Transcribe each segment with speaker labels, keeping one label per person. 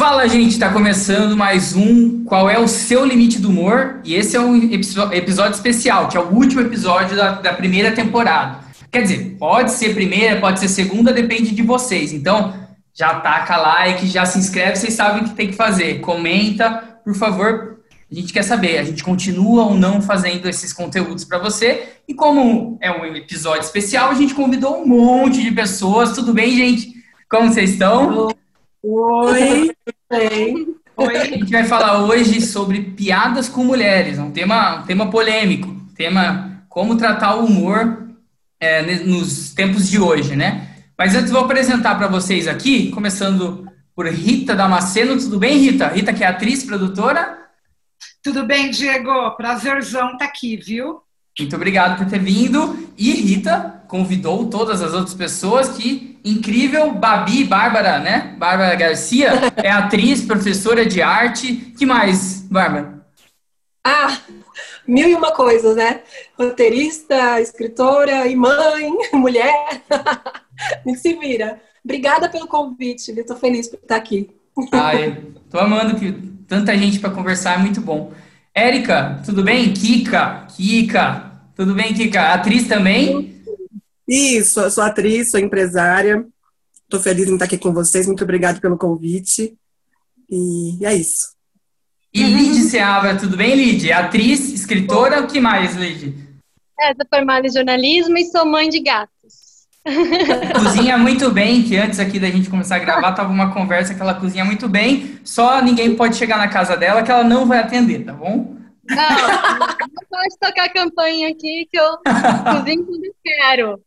Speaker 1: Fala, gente, tá começando mais um Qual é o seu limite do humor? E esse é um episódio especial, que é o último episódio da primeira temporada. Quer dizer, pode ser primeira, pode ser segunda, depende de vocês. Então, já taca like, já se inscreve, vocês sabem o que tem que fazer. Comenta, por favor. A gente quer saber, a gente continua ou não fazendo esses conteúdos para você. E como é um episódio especial, a gente convidou um monte de pessoas. Tudo bem, gente? Como vocês estão?
Speaker 2: Oi, bem.
Speaker 1: Oi. A gente vai falar hoje sobre piadas com mulheres, um tema polêmico, tema como tratar o humor nos tempos de hoje, né? Mas antes vou apresentar para vocês aqui, começando por Rita Damasceno. Tudo bem, Rita? Rita, que é atriz, produtora.
Speaker 2: Tudo bem, Diego? Prazerzão estar aqui, viu?
Speaker 1: Muito obrigado por ter vindo. E Rita convidou todas as outras pessoas que, incrível, Bárbara, né? Bárbara Garcia é atriz, professora de arte. Que mais, Bárbara?
Speaker 3: Mil e uma coisas, né? Roteirista, escritora e mãe, mulher. Me se vira. Obrigada pelo convite, eu tô feliz por estar aqui.
Speaker 1: Tô amando que tanta gente para conversar, é muito bom. Érica, tudo bem? Kika, tudo bem, Kika? Atriz também?
Speaker 4: Isso, eu sou atriz, sou empresária. Estou feliz em estar aqui com vocês. Muito obrigada pelo convite. E é isso.
Speaker 1: E Lid Seabra, tudo bem, Lid? Atriz, escritora, o que mais, Lid?
Speaker 5: Sou formada em jornalismo e sou mãe de gatos.
Speaker 1: Cozinha muito bem, que antes aqui da gente começar a gravar, tava uma conversa que ela cozinha muito bem, só ninguém pode chegar na casa dela que ela não vai atender, tá bom?
Speaker 5: Não pode tocar campanha aqui que eu cozinho quando eu quero.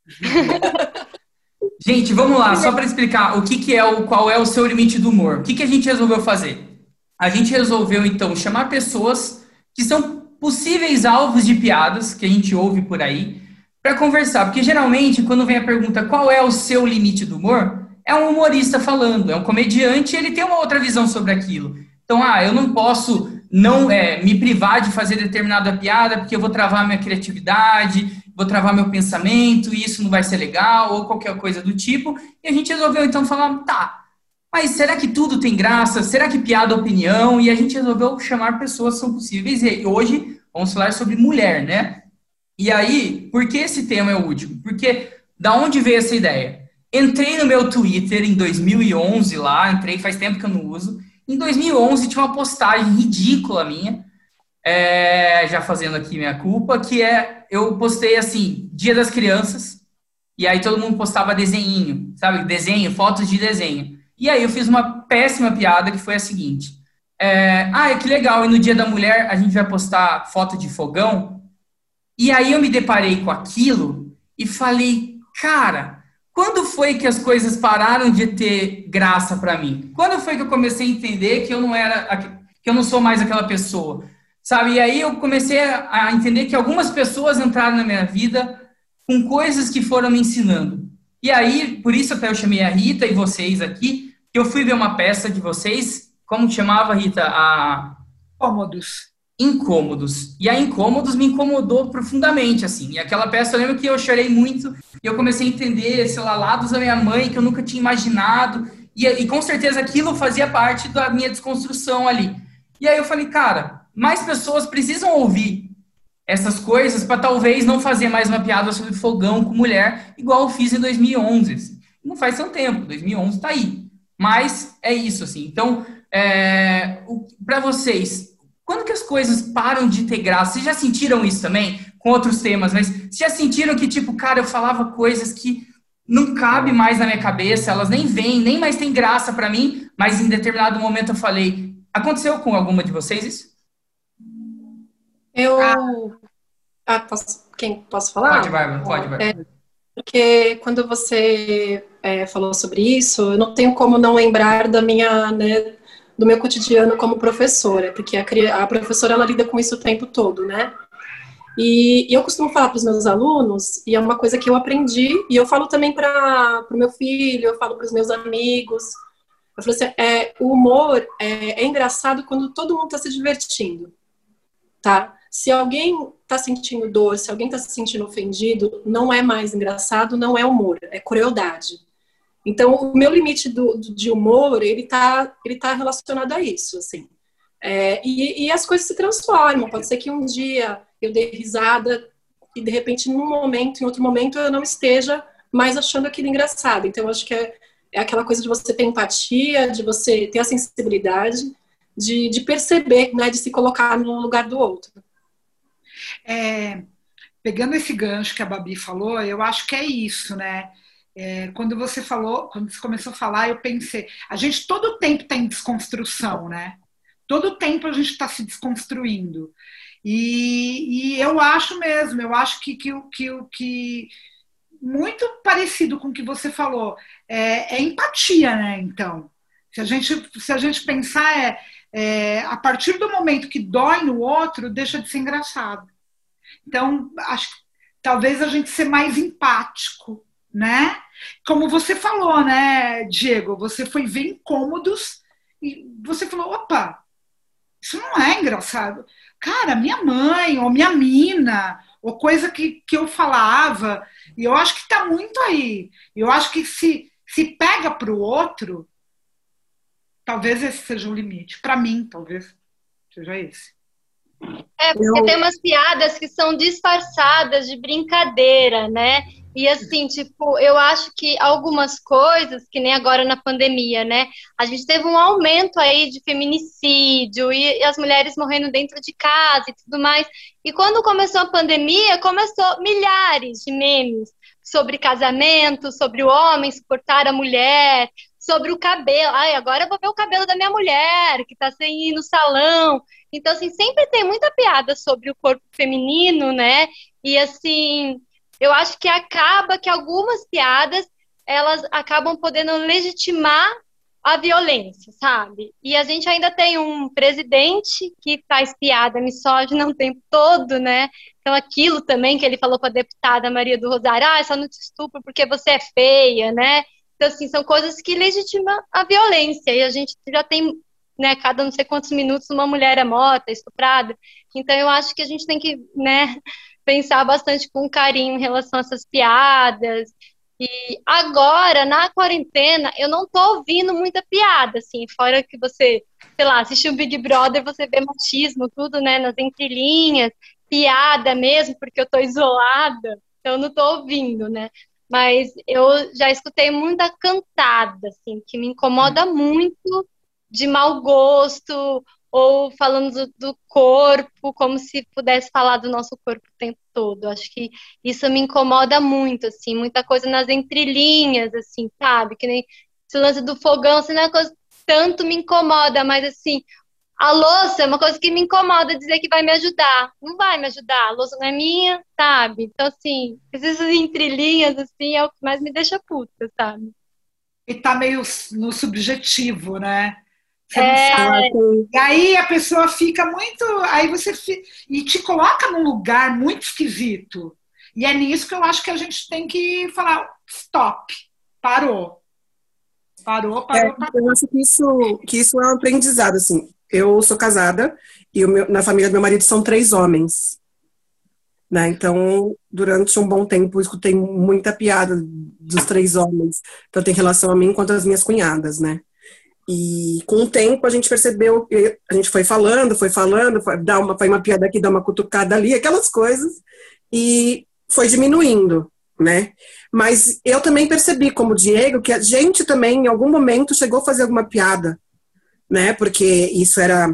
Speaker 1: Gente, vamos lá, só para explicar qual é o seu limite do humor. O que a gente resolveu fazer? A gente resolveu, então, chamar pessoas que são possíveis alvos de piadas que a gente ouve por aí, para conversar, porque geralmente quando vem a pergunta qual é o seu limite do humor, é um humorista falando, é um comediante, ele tem uma outra visão sobre aquilo. Então, eu não posso me privar de fazer determinada piada porque eu vou travar minha criatividade, vou travar meu pensamento, e isso não vai ser legal, ou qualquer coisa do tipo. E a gente resolveu então falar, mas será que tudo tem graça? Será que piada é opinião? E a gente resolveu chamar pessoas que são possíveis, e hoje vamos falar sobre mulher, né? E aí, por que esse tema é o último? Porque da onde veio essa ideia? Entrei no meu Twitter em 2011 lá, faz tempo que eu não uso. Em 2011 tinha uma postagem ridícula minha, já fazendo aqui minha culpa, eu postei assim, Dia das Crianças, e aí todo mundo postava desenho, sabe? Desenho, fotos de desenho. E aí eu fiz uma péssima piada que foi a seguinte. Que legal, e no Dia da Mulher a gente vai postar foto de fogão. E aí eu me deparei com aquilo e falei, cara, quando foi que as coisas pararam de ter graça para mim? Quando foi que eu comecei a entender que eu não sou mais aquela pessoa? Sabe? E aí eu comecei a entender que algumas pessoas entraram na minha vida com coisas que foram me ensinando. E aí, por isso até eu chamei a Rita e vocês aqui, que eu fui ver uma peça de vocês, como que chamava, Rita? Incômodos. E a Incômodos me incomodou profundamente, assim. E aquela peça, eu lembro que eu chorei muito e eu comecei a entender, sei lá, lados da minha mãe que eu nunca tinha imaginado. E com certeza aquilo fazia parte da minha desconstrução ali. E aí eu falei, cara, mais pessoas precisam ouvir essas coisas para talvez não fazer mais uma piada sobre fogão com mulher, igual eu fiz em 2011. Assim. Não faz tanto tempo, 2011 tá aí. Mas é isso, assim. Então, para vocês... Quando que as coisas param de ter graça? Vocês já sentiram isso também? Com outros temas, mas vocês já sentiram que, tipo, cara, eu falava coisas que não cabe mais na minha cabeça, elas nem vêm, nem mais tem graça pra mim, mas em determinado momento eu falei... Aconteceu com alguma de vocês isso?
Speaker 3: Posso falar?
Speaker 1: Pode, Bárbara.
Speaker 3: Porque quando você falou sobre isso, eu não tenho como não lembrar da minha... do meu cotidiano como professora, porque a professora, ela lida com isso o tempo todo, né? E eu costumo falar para os meus alunos, e é uma coisa que eu aprendi, e eu falo também para o meu filho, eu falo para os meus amigos, eu falo assim, o humor é engraçado quando todo mundo está se divertindo, tá? Se alguém está sentindo dor, se alguém está se sentindo ofendido, não é mais engraçado, não é humor, é crueldade. Então, o meu limite de humor, ele tá relacionado a isso, assim. E as coisas se transformam. Pode ser que um dia eu dê risada e, de repente, em outro momento, eu não esteja mais achando aquilo engraçado. Então, eu acho que é aquela coisa de você ter empatia, de você ter a sensibilidade, de perceber, né, de se colocar no lugar do outro.
Speaker 2: Pegando esse gancho que a Babi falou, eu acho que é isso, né? Quando você começou a falar, eu pensei, a gente todo o tempo está em desconstrução, né? Todo o tempo a gente está se desconstruindo. E eu acho mesmo, eu acho que muito parecido com o que você falou, é empatia, né? Então, se a gente pensar, a partir do momento que dói no outro, deixa de ser engraçado. Então, acho que talvez a gente ser mais empático, né? Como você falou, né, Diego? Você foi ver incômodos e você falou, opa, isso não é engraçado. Cara, minha mãe, ou minha mina, ou coisa que eu falava, e eu acho que está muito aí. Eu acho que se pega para o outro, talvez esse seja o limite. Para mim, talvez seja esse.
Speaker 5: Porque tem umas piadas que são disfarçadas de brincadeira, né? E assim, tipo, eu acho que algumas coisas, que nem agora na pandemia, né? A gente teve um aumento aí de feminicídio e as mulheres morrendo dentro de casa e tudo mais. E quando começou a pandemia, começou milhares de memes sobre casamento, sobre o homem suportar a mulher, sobre o cabelo. Ai, agora eu vou ver o cabelo da minha mulher, que tá sem ir no salão. Então, assim, sempre tem muita piada sobre o corpo feminino, né? E, assim, eu acho que acaba que algumas piadas, elas acabam podendo legitimar a violência, sabe? E a gente ainda tem um presidente que faz piada misógina o tempo todo, né? Então, aquilo também que ele falou para a deputada Maria do Rosário, só não te estupro porque você é feia, né? Então, assim, são coisas que legitimam a violência. E a gente já tem, né, cada não sei quantos minutos uma mulher é morta, estuprada. Então, eu acho que a gente tem que, né, pensar bastante com carinho em relação a essas piadas. E agora, na quarentena, eu não tô ouvindo muita piada, assim, fora que você, sei lá, assistir o Big Brother, você vê machismo, tudo, né, nas entrelinhas, piada mesmo, porque eu tô isolada, então eu não tô ouvindo, né. Mas eu já escutei muita cantada, assim, que me incomoda muito, de mau gosto, ou falando do corpo, como se pudesse falar do nosso corpo o tempo todo. Acho que isso me incomoda muito, assim, muita coisa nas entrelinhas, assim, sabe? Que nem esse lance do fogão, assim, não é coisa que tanto me incomoda, mas, assim, a louça é uma coisa que me incomoda dizer que vai me ajudar. Não vai me ajudar, a louça não é minha, sabe? Então, assim, essas entrelinhas, assim, é o que mais me deixa puta, sabe?
Speaker 2: E tá meio no subjetivo, né? Você não sabe. E aí a pessoa fica muito. Aí você e te coloca num lugar muito esquisito. E é nisso que eu acho que a gente tem que falar: stop, parou. Parou.
Speaker 4: Eu acho que isso é um aprendizado, assim. Eu sou casada e na família do meu marido são 3 homens. Né? Então, durante um bom tempo, eu escutei muita piada dos 3 homens, tanto em relação a mim quanto às minhas cunhadas, né? E com o tempo a gente percebeu, a gente foi falando, foi uma piada aqui, dá uma cutucada ali, aquelas coisas, e foi diminuindo, né? Mas eu também percebi, como o Diego, que a gente também, em algum momento, chegou a fazer alguma piada, né? Porque isso era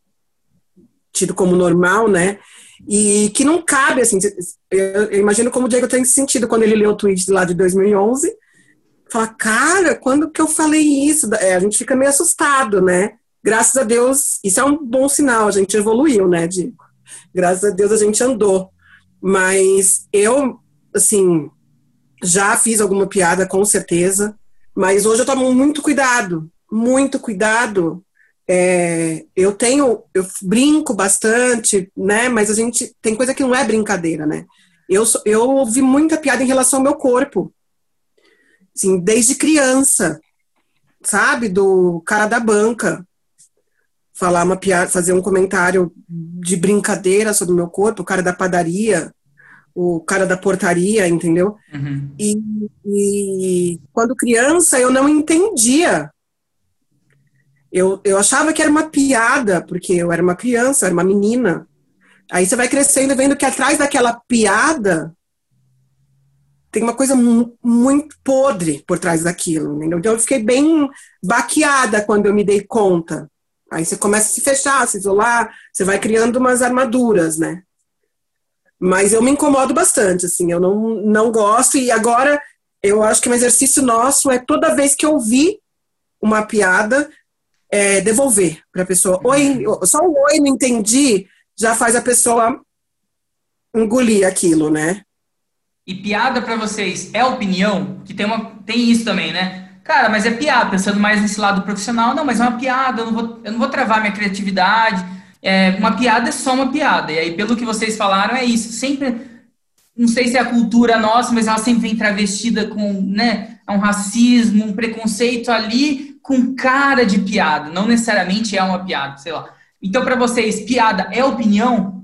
Speaker 4: tido como normal, né? E que não cabe, assim, eu imagino como o Diego tem sentido quando ele leu o tweet lá de 2011, fala, cara, quando que eu falei isso? A gente fica meio assustado, né? Graças a Deus, isso é um bom sinal, a gente evoluiu, né, Diego? Graças a Deus a gente andou. Mas eu, assim, já fiz alguma piada, com certeza, mas hoje eu tomo muito cuidado, muito cuidado. Eu brinco bastante, né? Mas a gente tem coisa que não é brincadeira, né? Eu ouvi muita piada em relação ao meu corpo, assim, desde criança, sabe? Do cara da banca falar uma piada, fazer um comentário de brincadeira sobre o meu corpo, o cara da padaria, o cara da portaria, entendeu?
Speaker 1: Uhum.
Speaker 4: E quando criança eu não entendia. Eu achava que era uma piada, porque eu era uma criança, era uma menina. Aí você vai crescendo e vendo que atrás daquela piada tem uma coisa muito podre por trás daquilo, entendeu? Então eu fiquei bem baqueada quando eu me dei conta. Aí você começa a se fechar, a se isolar, você vai criando umas armaduras, né? Mas eu me incomodo bastante, assim, eu não gosto. E agora eu acho que um exercício nosso é toda vez que eu ouvir uma piada, devolver para a pessoa. Oi, só um oi, não entendi, já faz a pessoa engolir aquilo, né?
Speaker 1: E piada pra vocês é opinião? Que tem isso também, né? Cara, mas é piada, pensando mais nesse lado profissional. Não, mas é uma piada, eu não vou travar minha criatividade. Uma piada é só uma piada. E aí, pelo que vocês falaram, é isso. Sempre, não sei se é a cultura nossa, mas ela sempre vem travestida com, né, um racismo, um preconceito ali, com cara de piada. Não necessariamente é uma piada, sei lá. Então, pra vocês, piada é opinião?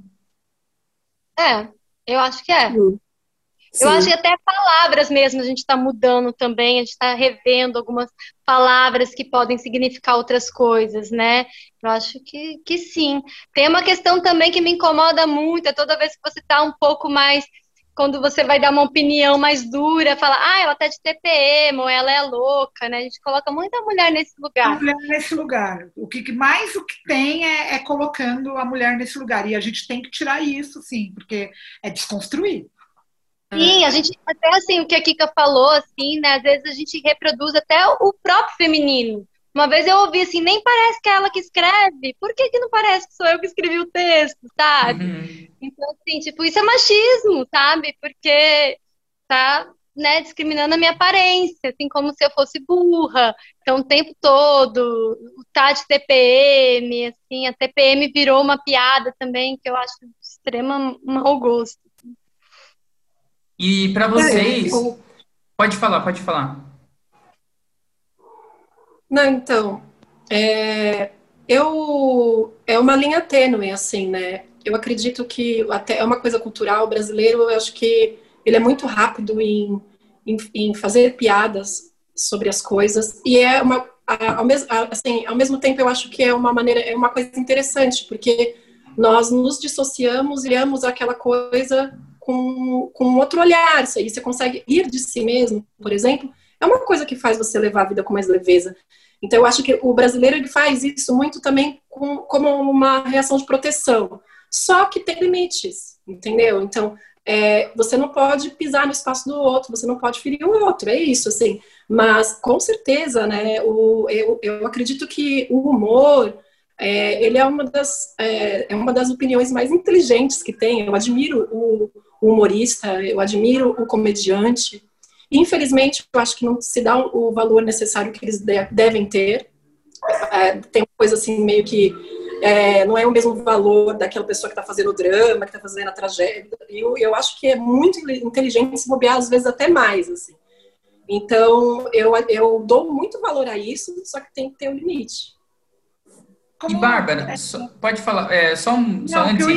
Speaker 5: Eu acho que é.
Speaker 4: Sim.
Speaker 5: Eu acho que até palavras mesmo a gente está mudando também, a gente está revendo algumas palavras que podem significar outras coisas, né? Eu acho que sim. Tem uma questão também que me incomoda muito, é toda vez que você está um pouco mais, quando você vai dar uma opinião mais dura, fala, ela tá de TPM, ou ela é louca, né? A gente coloca muita mulher nesse
Speaker 2: A
Speaker 5: lugar.
Speaker 2: mulher nesse lugar. O que tem é colocando a mulher nesse lugar. E a gente tem que tirar isso, sim, porque é desconstruir.
Speaker 5: Sim, a gente, até assim, o que a Kika falou, assim, né, às vezes a gente reproduz até o próprio feminino. Uma vez eu ouvi assim, nem parece que é ela que escreve, por que não parece que sou eu que escrevi o texto, sabe?
Speaker 1: Uhum.
Speaker 5: Então, assim, tipo, isso é machismo, sabe? Porque tá, né, discriminando a minha aparência, assim, como se eu fosse burra. Então, o tempo todo, o tá de TPM, assim, a TPM virou uma piada também, que eu acho de extremo mau gosto.
Speaker 1: E pra vocês... Pode falar.
Speaker 3: Não, então, é uma linha tênue, assim, né? Eu acredito que até é uma coisa cultural, o brasileiro, eu acho que ele é muito rápido em fazer piadas sobre as coisas, e ao mesmo tempo eu acho que é uma coisa interessante, porque nós nos dissociamos e olhamos aquela coisa com outro olhar, e você consegue ir de si mesmo, por exemplo, é uma coisa que faz você levar a vida com mais leveza. Então, eu acho que o brasileiro ele faz isso muito também como uma reação de proteção. Só que tem limites, entendeu? Então, você não pode pisar no espaço do outro, você não pode ferir o outro, é isso, assim. Mas, com certeza, né, eu acredito que o humor, ele é uma das opiniões mais inteligentes que tem. Eu admiro o humorista, eu admiro o comediante. Infelizmente, eu acho que não se dá o valor necessário que eles devem ter. Tem uma coisa assim, meio que não é o mesmo valor daquela pessoa que está fazendo o drama, que está fazendo a tragédia. Eu acho que é muito inteligente se bobear, às vezes até mais, assim. Então, eu dou muito valor a isso, só que tem que ter um limite.
Speaker 1: E Bárbara, pode falar,
Speaker 2: o que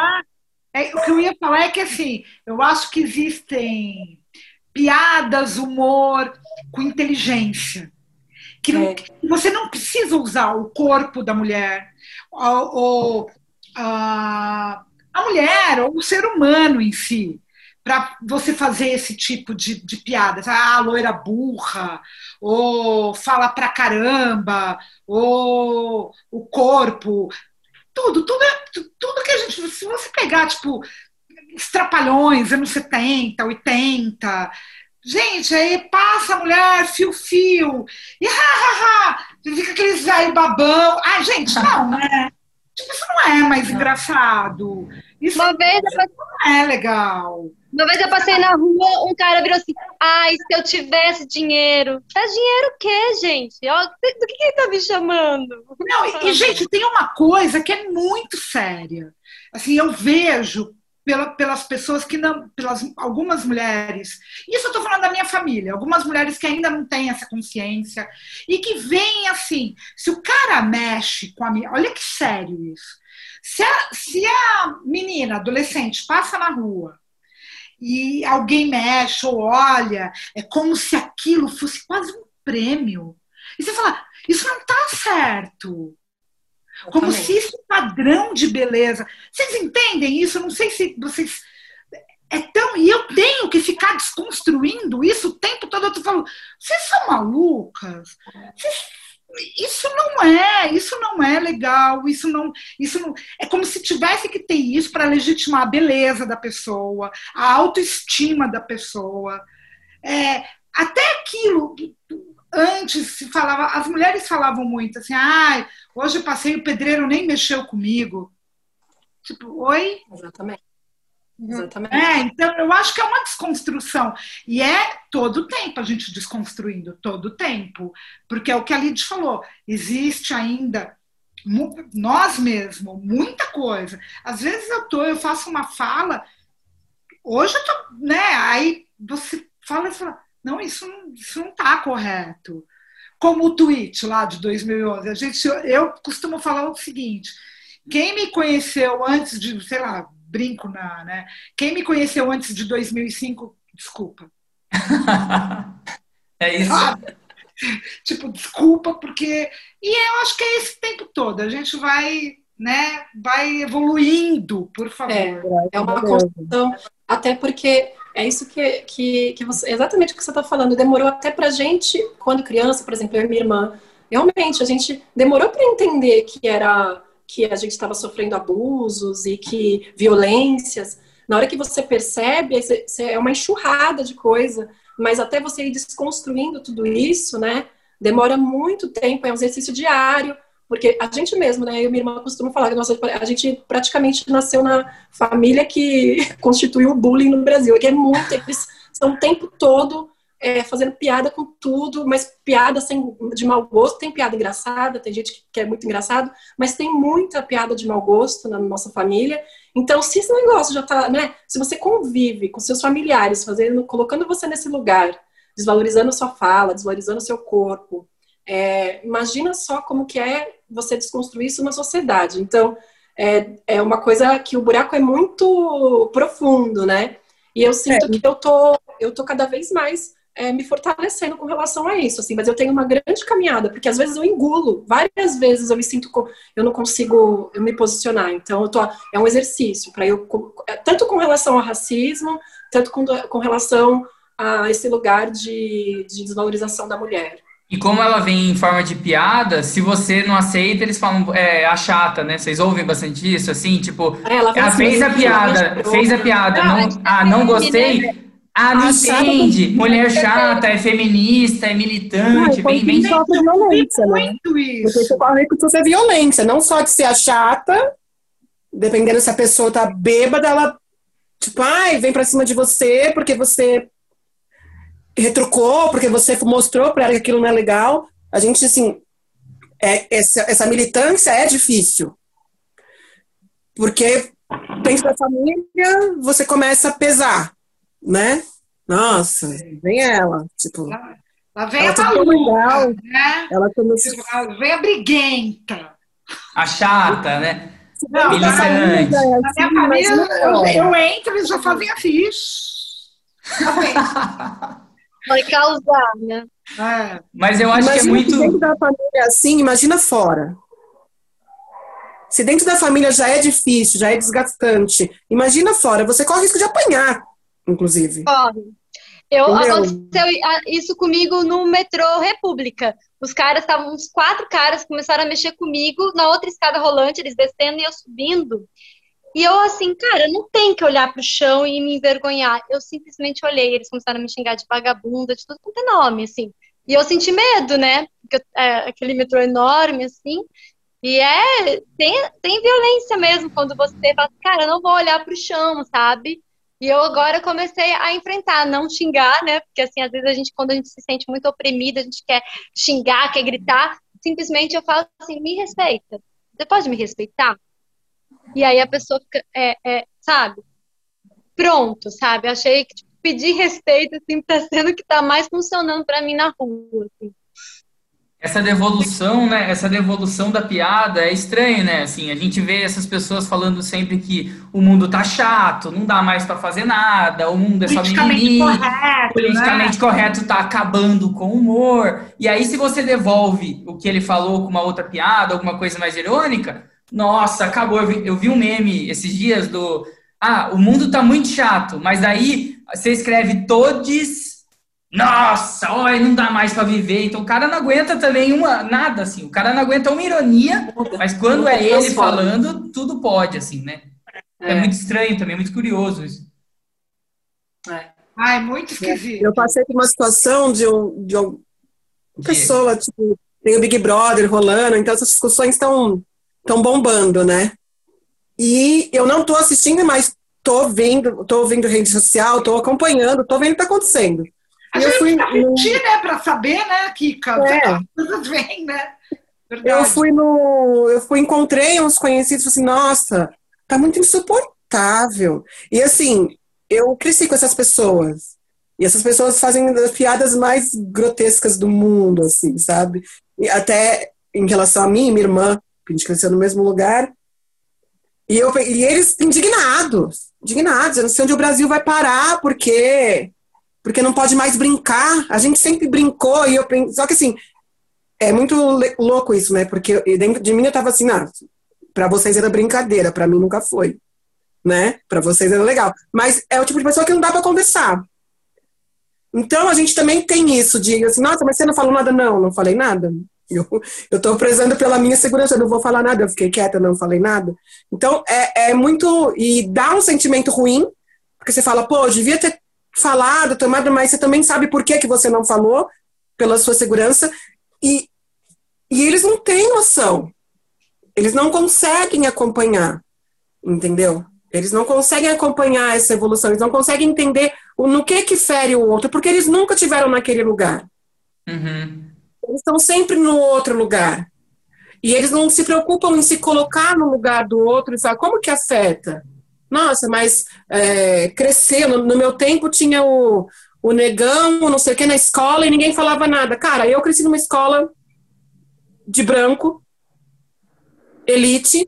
Speaker 2: eu ia falar é que, assim, eu acho que existem piadas, humor com inteligência. Que você não precisa usar o corpo da mulher, ou a mulher, ou o ser humano em si, para você fazer esse tipo de piadas. Loira burra, ou fala pra caramba, ou o corpo. Tudo que a gente... Se você pegar, tipo, Os Trapalhões, anos 70, 80... Gente, aí passa a mulher, fio, e fica aquele velho babão. Gente, não, né? Tipo, isso não é mais engraçado. Isso não é legal.
Speaker 5: Uma vez eu passei na rua, um cara virou assim, se eu tivesse dinheiro. Dinheiro o quê, gente? Do que ele tá me chamando?
Speaker 2: Não, e, gente, tem uma coisa que é muito séria. Assim, eu vejo pelas pessoas que não, pelas algumas mulheres, isso eu estou falando da minha família, algumas mulheres que ainda não têm essa consciência e que veem assim, se o cara mexe com a minha, olha que sério isso, se a menina, adolescente, passa na rua e alguém mexe ou olha, é como se aquilo fosse quase um prêmio. E você fala, isso não está certo. Como se esse padrão de beleza... Vocês entendem isso? Eu não sei se vocês... E eu tenho que ficar desconstruindo isso o tempo todo. Eu tô falando, vocês são malucas? Isso não é legal, isso não é como se tivesse que ter isso para legitimar a beleza da pessoa, a autoestima da pessoa. Até aquilo antes se falava, as mulheres falavam muito assim, hoje eu passei, o pedreiro nem mexeu comigo. Tipo, oi?
Speaker 3: Exatamente. Exatamente.
Speaker 2: Então, eu acho que é uma desconstrução. E é todo o tempo a gente desconstruindo, todo o tempo. Porque é o que a Lid falou, existe ainda, nós mesmos, muita coisa. Às vezes eu faço uma fala, hoje eu tô, aí você fala e fala, não, isso não está correto. Como o tweet lá de 2011. Eu costumo falar o seguinte, quem me conheceu antes de, sei lá, brinco né? Quem me conheceu antes de 2005, desculpa.
Speaker 1: É isso.
Speaker 2: Tipo, desculpa, porque... E eu acho que é esse tempo todo. A gente vai, vai evoluindo, por favor.
Speaker 3: É uma construção, até porque é isso que você... Exatamente o que você está falando. Demorou até pra gente, quando criança, por exemplo, eu e minha irmã, realmente, a gente demorou para entender que a gente estava sofrendo abusos e que violências. Na hora que você percebe, é uma enxurrada de coisa, mas até você ir desconstruindo tudo isso, né, demora muito tempo, é um exercício diário, porque a gente mesmo, né, eu e minha irmã costumam falar que a gente praticamente nasceu na família que constituiu o bullying no Brasil, que é muito, eles são o tempo todo fazendo piada com tudo, mas piada de mau gosto. Tem piada engraçada, tem gente que é muito engraçado, mas tem muita piada de mau gosto na nossa família. Então, se esse negócio já tá, né? Se você convive com seus familiares, colocando você nesse lugar, desvalorizando sua fala, desvalorizando seu corpo, imagina só como que é você desconstruir isso na sociedade. Então, é uma coisa que o buraco é muito profundo, né? E eu sinto que eu tô cada vez mais me fortalecendo com relação a isso, assim, mas eu tenho uma grande caminhada, porque às vezes eu engulo, várias vezes eu me sinto, eu não consigo me posicionar, então é um exercício, para eu, tanto com relação ao racismo, tanto com relação a esse lugar de desvalorização da mulher.
Speaker 1: E como ela vem em forma de piada, se você não aceita, eles falam, a chata, né? Vocês ouvem bastante isso, assim, tipo,
Speaker 3: ela
Speaker 1: fez a piada, não gostei... não entende. Mulher chata, é feminista, é militante, vem
Speaker 4: sofre violência, né? Porque você corre com sofrer violência, não só de ser a chata, dependendo se a pessoa tá bêbada, ela, tipo, vem pra cima de você porque você retrucou, porque você mostrou pra ela que aquilo não é legal. A gente, assim, essa militância é difícil. Porque dentro da família, você começa a pesar. Né? Nossa, vem ela, tipo.
Speaker 2: Lá vem a maluca, né?
Speaker 4: Ela
Speaker 2: vem a briguenta.
Speaker 1: A chata, né?
Speaker 2: Não, na minha família, eu entro e já fazem assim.
Speaker 5: Vai causar, né?
Speaker 1: Mas eu acho que é muito...
Speaker 4: dentro da família assim, imagina fora. Se dentro da família já é difícil, já é desgastante, imagina fora, você corre o risco de apanhar. Inclusive.
Speaker 5: Aconteceu isso comigo no metrô República. Uns 4 caras começaram a mexer comigo na outra escada rolante, eles descendo e eu subindo. E eu assim, cara, não tem que olhar pro chão e me envergonhar. Eu simplesmente olhei, eles começaram a me xingar de vagabunda, de tudo quanto é nome, assim. E eu senti medo, né? Porque aquele metrô enorme, assim. E tem violência mesmo quando você fala, cara, eu não vou olhar pro chão, sabe? E eu agora comecei a enfrentar, não xingar, né? Porque assim, às vezes quando a gente se sente muito oprimida, a gente quer xingar, quer gritar, simplesmente eu falo assim, me respeita. Você pode me respeitar? E aí a pessoa fica, sabe? Pronto, sabe? Achei que pedir respeito, assim, tá sendo que tá mais funcionando pra mim na rua, assim.
Speaker 1: Essa devolução, né? Essa devolução da piada é estranho, né? Assim, a gente vê essas pessoas falando sempre que o mundo tá chato, não dá mais para fazer nada, o mundo é só
Speaker 2: Politicamente
Speaker 1: mimimi,
Speaker 2: correto,
Speaker 1: politicamente
Speaker 2: né?
Speaker 1: correto tá acabando com o humor. E aí, se você devolve o que ele falou com uma outra piada, alguma coisa mais irônica, nossa, acabou. Eu vi um meme esses dias do o mundo tá muito chato, mas daí você escreve todes. Nossa, olha, não dá mais para viver. Então o cara não aguenta também nada assim. O cara não aguenta uma ironia, mas quando é ele falando, tudo pode assim, né? É muito estranho também, é muito curioso isso.
Speaker 2: Ai, muito esquisito.
Speaker 4: Eu passei por uma situação de uma pessoa, tipo, tem o Big Brother rolando, então essas discussões estão bombando, né? E eu não tô assistindo, mas tô ouvindo rede social, tô acompanhando, tô vendo o que tá acontecendo.
Speaker 2: A gente precisa assistir, né, para saber, né, Kika? As coisas vêm, né? Verdade.
Speaker 4: Eu encontrei uns conhecidos e falei assim, nossa, tá muito insuportável. E assim, eu cresci com essas pessoas. E essas pessoas fazem as piadas mais grotescas do mundo, assim, sabe? E até em relação a mim e minha irmã, que a gente cresceu no mesmo lugar. E eles indignados. Eu não sei onde o Brasil vai parar, porque não pode mais brincar. A gente sempre brincou, e eu penso. Só que assim, é muito louco isso, né? Porque dentro de mim eu tava assim, pra vocês era brincadeira, pra mim nunca foi. Né? Pra vocês era legal. Mas é o tipo de pessoa que não dá pra conversar. Então a gente também tem isso de assim, nossa, mas você não falou nada? Não falei nada. Eu tô prezando pela minha segurança, eu não vou falar nada, eu fiquei quieta, não falei nada. Então é muito. E dá um sentimento ruim, porque você fala, pô, eu devia ter falado, tomado, mas você também sabe por que você não falou, pela sua segurança, e eles não têm noção, eles não conseguem acompanhar, entendeu? Eles não conseguem acompanhar essa evolução, eles não conseguem entender no que fere o outro, porque eles nunca tiveram naquele lugar. Eles estão sempre no outro lugar, e eles não se preocupam em se colocar no lugar do outro e falar, como que afeta? Nossa, mas crescer, no meu tempo tinha o negão, não sei o que, na escola e ninguém falava nada. Cara, eu cresci numa escola de branco, elite.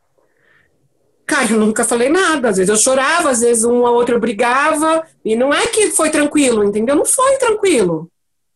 Speaker 4: Cara, eu nunca falei nada. Às vezes eu chorava, às vezes um ou outro brigava. E não é que foi tranquilo, entendeu? Não foi tranquilo.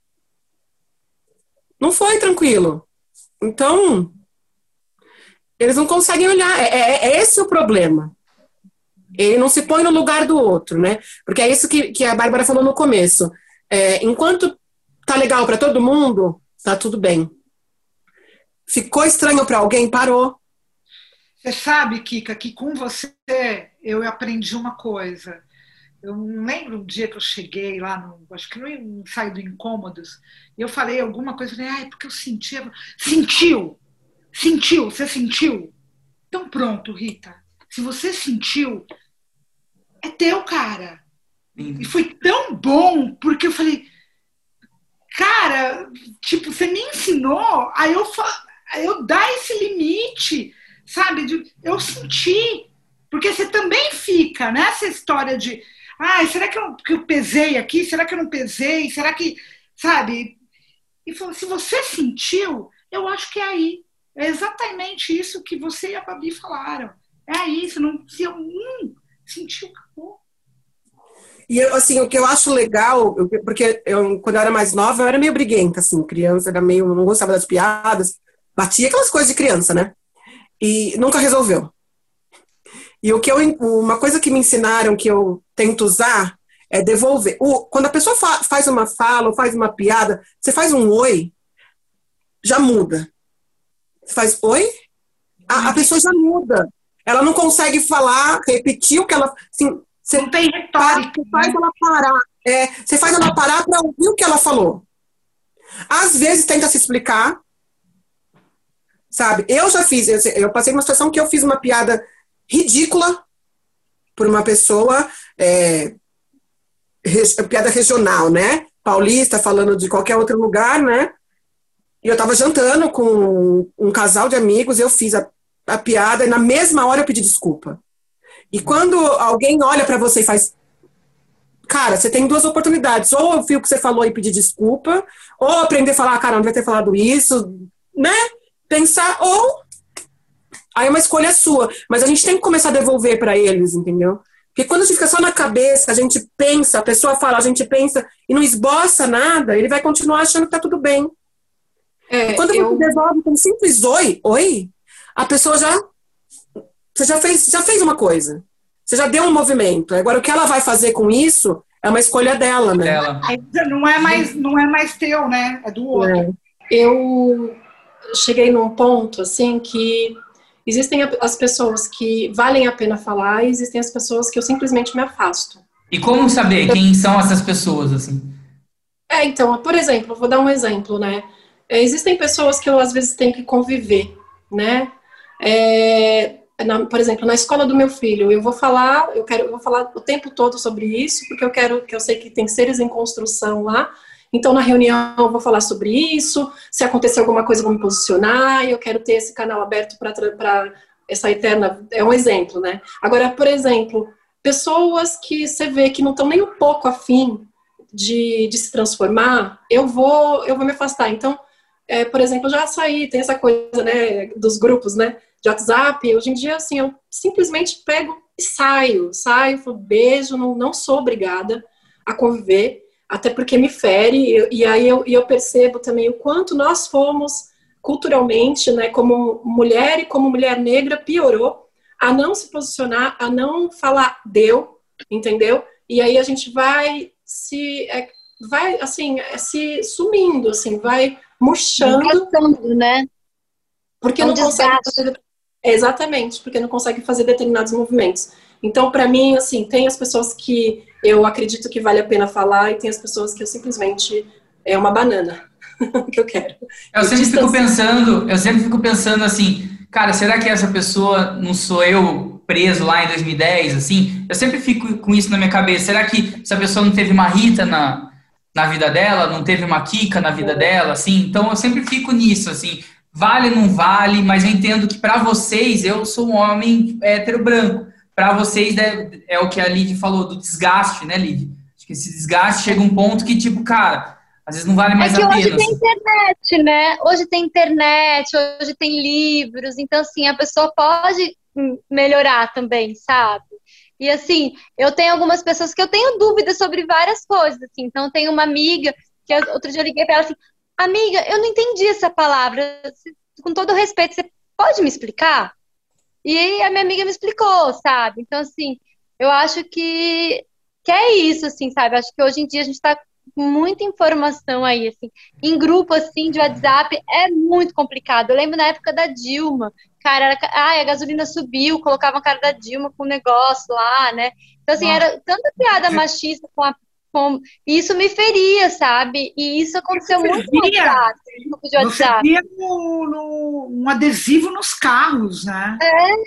Speaker 4: Não foi tranquilo. Então, eles não conseguem olhar. É esse o problema. Ele não se põe no lugar do outro, né? Porque é isso que a Bárbara falou no começo. Enquanto tá legal para todo mundo, tá tudo bem. Ficou estranho para alguém, parou.
Speaker 2: Você sabe, Kika, que com você eu aprendi uma coisa. Eu não lembro um dia que eu cheguei lá, acho que no ensaio do Incômodos, e eu falei alguma coisa, falei, porque eu sentia. Sentiu, você sentiu? Então pronto, Rita. Se você sentiu, é teu, cara. E foi tão bom, porque eu falei, cara, tipo, você me ensinou a eu dar esse limite, sabe? Eu senti, porque você também fica nessa história de, será que eu pesei aqui? Será que eu não pesei? Será que, sabe? E falou, se você sentiu, eu acho que é aí. É exatamente isso que você e a Babi falaram. É isso, se eu sentiu, acabou.
Speaker 4: E assim, o que eu acho legal, porque quando eu era mais nova, eu era meio briguenta, assim, criança, não gostava das piadas, batia aquelas coisas de criança, né? E nunca resolveu. E uma coisa que me ensinaram que eu tento usar é devolver. Quando a pessoa faz uma fala ou faz uma piada, você faz um oi, já muda. Você faz oi, a pessoa já muda. Ela não consegue falar, repetir o que ela... Assim, você
Speaker 2: não tem retórica.
Speaker 4: Você faz ela parar. Você faz ela parar para ouvir o que ela falou. Às vezes tenta se explicar. Sabe? Eu já fiz... Eu passei uma situação que eu fiz uma piada ridícula por uma pessoa... piada regional, né? Paulista, falando de qualquer outro lugar, né? E eu tava jantando com um casal de amigos, eu fiz a piada e na mesma hora eu pedi desculpa. E quando alguém olha pra você e faz cara, você tem duas oportunidades. Ou ouvir o que você falou e pedir desculpa, ou aprender a falar, cara, não devia ter falado isso, né? Pensar, ou... Aí é uma escolha sua. Mas a gente tem que começar a devolver para eles, entendeu? Porque quando a gente fica só na cabeça, a gente pensa, a pessoa fala, a gente pensa e não esboça nada, ele vai continuar achando que tá tudo bem. E quando você devolve com um simples oi, a pessoa você já fez uma coisa. Você já deu um movimento. Agora, o que ela vai fazer com isso é uma escolha dela, né?
Speaker 2: Não é mais teu, né? É do outro.
Speaker 3: Eu cheguei num ponto, assim, que existem as pessoas que valem a pena falar e existem as pessoas que eu simplesmente me afasto.
Speaker 1: E como saber quem são essas pessoas, assim?
Speaker 3: Então, por exemplo, vou dar um exemplo, né? Existem pessoas que eu, às vezes, tenho que conviver, né? Por exemplo, na escola do meu filho, eu vou falar o tempo todo sobre isso, porque eu sei que tem seres em construção lá. Então, na reunião, eu vou falar sobre isso. Se acontecer alguma coisa, eu vou me posicionar. E eu quero ter esse canal aberto para essa eterna... É um exemplo, né? Agora, por exemplo, pessoas que você vê que não estão nem um pouco afim de se transformar, eu vou me afastar. Então, por exemplo, eu já saí, tem essa coisa, né, dos grupos, né, de WhatsApp. Hoje em dia, assim, eu simplesmente pego e saio, falo, beijo, não sou obrigada a conviver, até porque me fere, e aí eu percebo também o quanto nós fomos culturalmente, né, como mulher e como mulher negra, piorou a não se posicionar, a não falar entendeu? E aí a gente vai se sumindo, assim, vai murchando,
Speaker 5: né?
Speaker 3: Porque não consegue fazer, exatamente, porque não consegue fazer determinados movimentos. Então, para mim, assim, tem as pessoas que eu acredito que vale a pena falar e tem as pessoas que eu simplesmente é uma banana que eu quero.
Speaker 1: Eu sempre fico pensando assim, cara, será que essa pessoa não sou eu preso lá em 2010, assim? Eu sempre fico com isso na minha cabeça. Será que essa pessoa não teve uma Rita na vida dela, não teve uma Kika na vida dela, assim? Então eu sempre fico nisso, assim, vale ou não vale, mas eu entendo que para vocês, eu sou um homem hétero branco. Para vocês é o que a Lid falou, do desgaste, né, Lid? Acho que esse desgaste chega a um ponto que, tipo, cara, às vezes não vale mais a pena.
Speaker 5: Hoje tem internet, né? Hoje tem internet, hoje tem livros, então, assim, a pessoa pode melhorar também, sabe? E, assim, eu tenho algumas pessoas que eu tenho dúvidas sobre várias coisas, assim. Então, tem uma amiga que outro dia eu liguei para ela assim, amiga, eu não entendi essa palavra, com todo respeito, você pode me explicar? E a minha amiga me explicou, sabe? Então, assim, eu acho que é isso, assim, sabe? Acho que hoje em dia a gente tá com muita informação aí, assim. Em grupo, assim, de WhatsApp, é muito complicado. Eu lembro na época da Dilma, cara, a gasolina subiu, colocava a cara da Dilma com um negócio lá, né? Então, assim, era tanta piada machista e isso me feria, sabe? E isso aconteceu muito no WhatsApp, no grupo de WhatsApp.
Speaker 2: Você via um adesivo nos carros, né?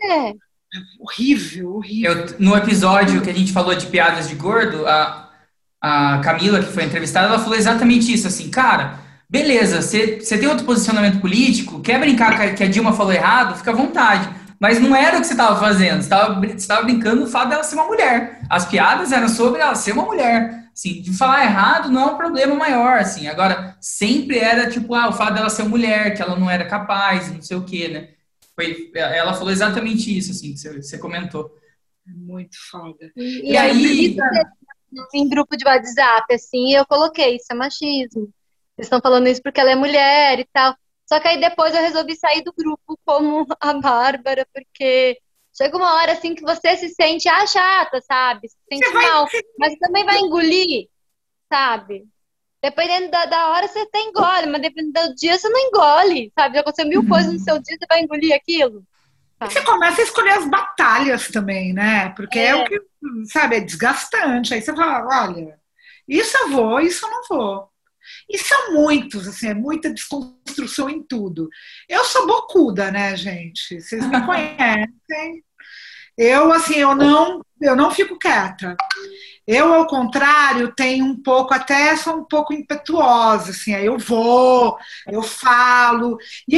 Speaker 2: Horrível.
Speaker 1: No episódio que a gente falou de piadas de gordo, a Camila, que foi entrevistada, ela falou exatamente isso, assim, cara, beleza, você tem outro posicionamento político, quer brincar que a Dilma falou errado, fica à vontade, mas não era o que você estava fazendo, você estava brincando no fato dela ser uma mulher, as piadas eram sobre ela ser uma mulher, assim, de falar errado não é um problema maior, assim, agora, sempre era, tipo, o fato dela ser mulher, que ela não era capaz, não sei o quê, né, ela falou exatamente isso, assim, que você comentou.
Speaker 2: Muito foda.
Speaker 5: E aí... Em grupo de WhatsApp, assim, eu coloquei, isso é machismo. Eles estão falando isso porque ela é mulher e tal. Só que aí depois eu resolvi sair do grupo como a Bárbara, porque chega uma hora, assim, que você se sente chata, sabe? Se sente mal, mas também vai engolir, sabe? Dependendo da hora, você até engole, mas dependendo do dia, você não engole, sabe? Já aconteceu 1000 coisas no seu dia, você vai engolir aquilo.
Speaker 2: E você começa a escolher as batalhas também, né? Porque é o que, sabe, é desgastante. Aí você fala, olha, isso eu vou, isso eu não vou. E são muitos, assim, é muita desconstrução em tudo. Eu sou bocuda, né, gente? Vocês me conhecem. Eu, assim, eu não fico quieta. Eu, ao contrário, tenho um pouco, até sou um pouco impetuosa, assim, aí eu vou, eu falo,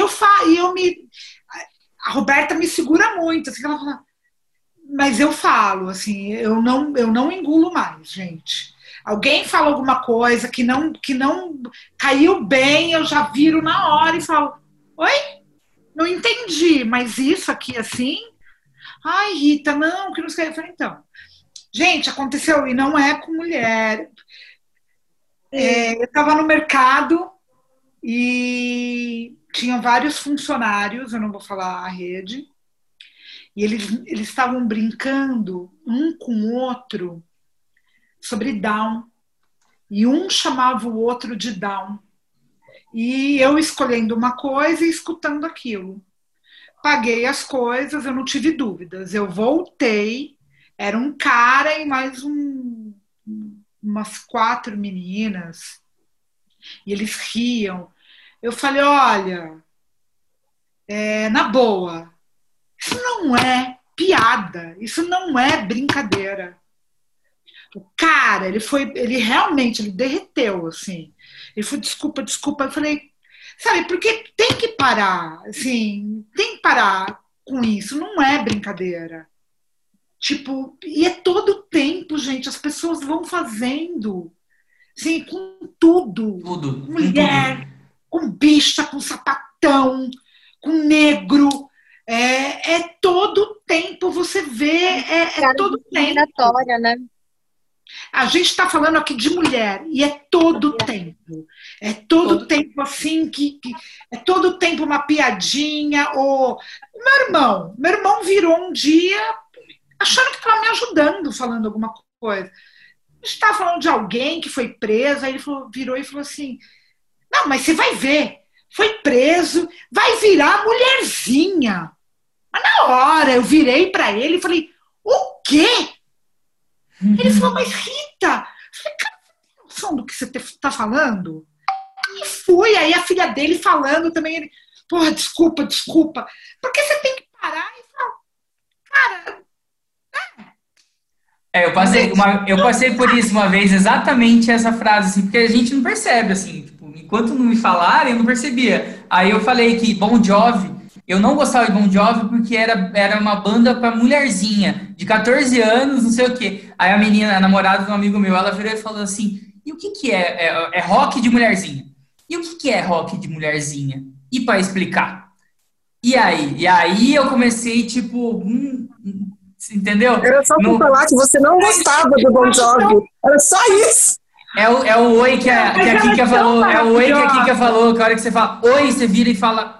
Speaker 2: a Roberta me segura muito, assim, ela fala, mas eu falo, assim, eu não engulo mais, gente. Alguém fala alguma coisa que não caiu bem, eu já viro na hora e falo, oi? Não entendi, mas isso aqui assim? Ai, Rita, não, que não sei. Eu falei, então, gente, aconteceu, e não é com mulher. Eu estava no mercado e tinha vários funcionários, eu não vou falar a rede, e eles estavam brincando um com o outro sobre Down. E um chamava o outro de Down. E eu escolhendo uma coisa e escutando aquilo. Paguei as coisas, eu não tive dúvidas. Eu voltei, era um cara e mais umas 4 meninas. E eles riam. Eu falei, olha, na boa, isso não é piada, isso não é brincadeira. O cara, ele realmente derreteu, assim. Ele falou, desculpa. Eu falei, sabe, porque tem que parar, assim, tem que parar com isso, não é brincadeira. Tipo, e é todo o tempo, gente, as pessoas vão fazendo, assim, com tudo.
Speaker 1: Tudo.
Speaker 2: Mulher, com bicha, com sapatão, com negro. É todo o tempo, você vê, é todo o tempo.
Speaker 5: Né?
Speaker 2: A gente está falando aqui de mulher e é todo o tempo. É todo o tempo assim que é todo o tempo uma piadinha. Ou meu irmão virou um dia achando que estava me ajudando, falando alguma coisa. A gente estava falando de alguém que foi preso, aí ele virou e falou assim: não, mas você vai ver, foi preso, vai virar mulherzinha. Mas na hora eu virei para ele e falei: o quê? Ele falou, mas Rita, eu falei, cara, você tem noção do que você está falando? E fui, aí a filha dele falando também, ele, porra, desculpa, porque você tem que parar e falar, cara...
Speaker 1: Eu passei por isso uma vez, exatamente essa frase, assim, porque a gente não percebe, assim, tipo, enquanto não me falarem, eu não percebia. Aí eu falei que Bon Jovi, eu não gostava de Bon Jovi porque era uma banda pra mulherzinha, de 14 anos, não sei o quê. Aí a menina, a namorada de um amigo meu, ela virou e falou assim, e o que é? É rock de mulherzinha. E o que é rock de mulherzinha? E pra explicar? E aí eu comecei, tipo, entendeu?
Speaker 4: Era só pra falar que você não gostava do Bon Jovi. Era só isso.
Speaker 1: É o oi que a Kika falou. É o oi que a Kika falou, que a hora que você fala oi, você vira e fala,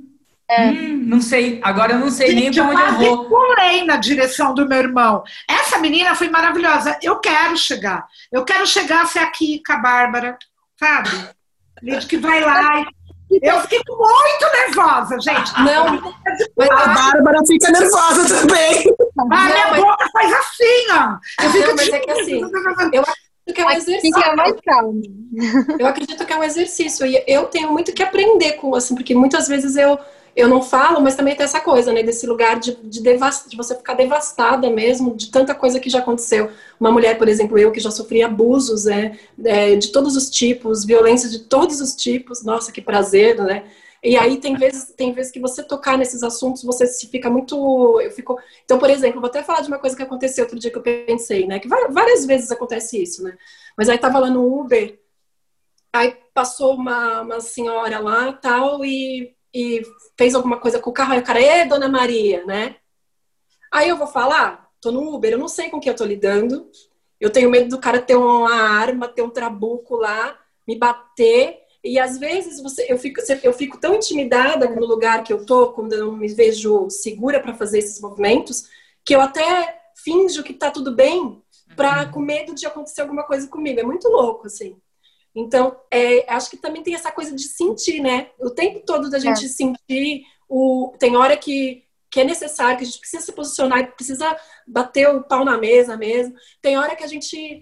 Speaker 1: não sei, agora eu não sei nem pra onde eu vou.
Speaker 2: Eu pulei na direção do meu irmão. Essa menina foi maravilhosa. Eu quero chegar a ser a Kika, a Bárbara, sabe? Gente que vai lá. Eu fico muito nervosa, gente.
Speaker 3: Não,
Speaker 4: mas a Bárbara fica nervosa também.
Speaker 2: Minha boca faz assim, ó. Eu fico
Speaker 3: mas é que assim, eu acredito que é um exercício.
Speaker 5: É mais calmo.
Speaker 3: Eu acredito que é um exercício. E eu tenho muito que aprender com, assim, porque muitas vezes eu não falo, mas também tem essa coisa, né, desse lugar de você ficar devastada mesmo, de tanta coisa que já aconteceu. Uma mulher, por exemplo, eu que já sofri abusos, de todos os tipos, violência de todos os tipos, nossa, que prazer, né? E aí tem vezes que você tocar nesses assuntos, você se fica muito... Então, por exemplo, vou até falar de uma coisa que aconteceu outro dia que eu pensei, né, que várias vezes acontece isso, né? Mas aí tava lá no Uber, aí passou uma senhora lá, tal, e fez alguma coisa com o carro, aí o cara, Dona Maria, né? Aí eu vou falar, tô no Uber, eu não sei com quem eu tô lidando, eu tenho medo do cara ter uma arma, ter um trabuco lá, me bater, e às vezes eu fico tão intimidada no lugar que eu tô, quando eu não me vejo segura para fazer esses movimentos, que eu até finjo que tá tudo bem, com medo de acontecer alguma coisa comigo. É muito louco, assim. Então, acho que também tem essa coisa de sentir, né? O tempo todo da gente sentir, tem hora que é necessário, que a gente precisa se posicionar, precisa bater o pau na mesa mesmo. Tem hora que a gente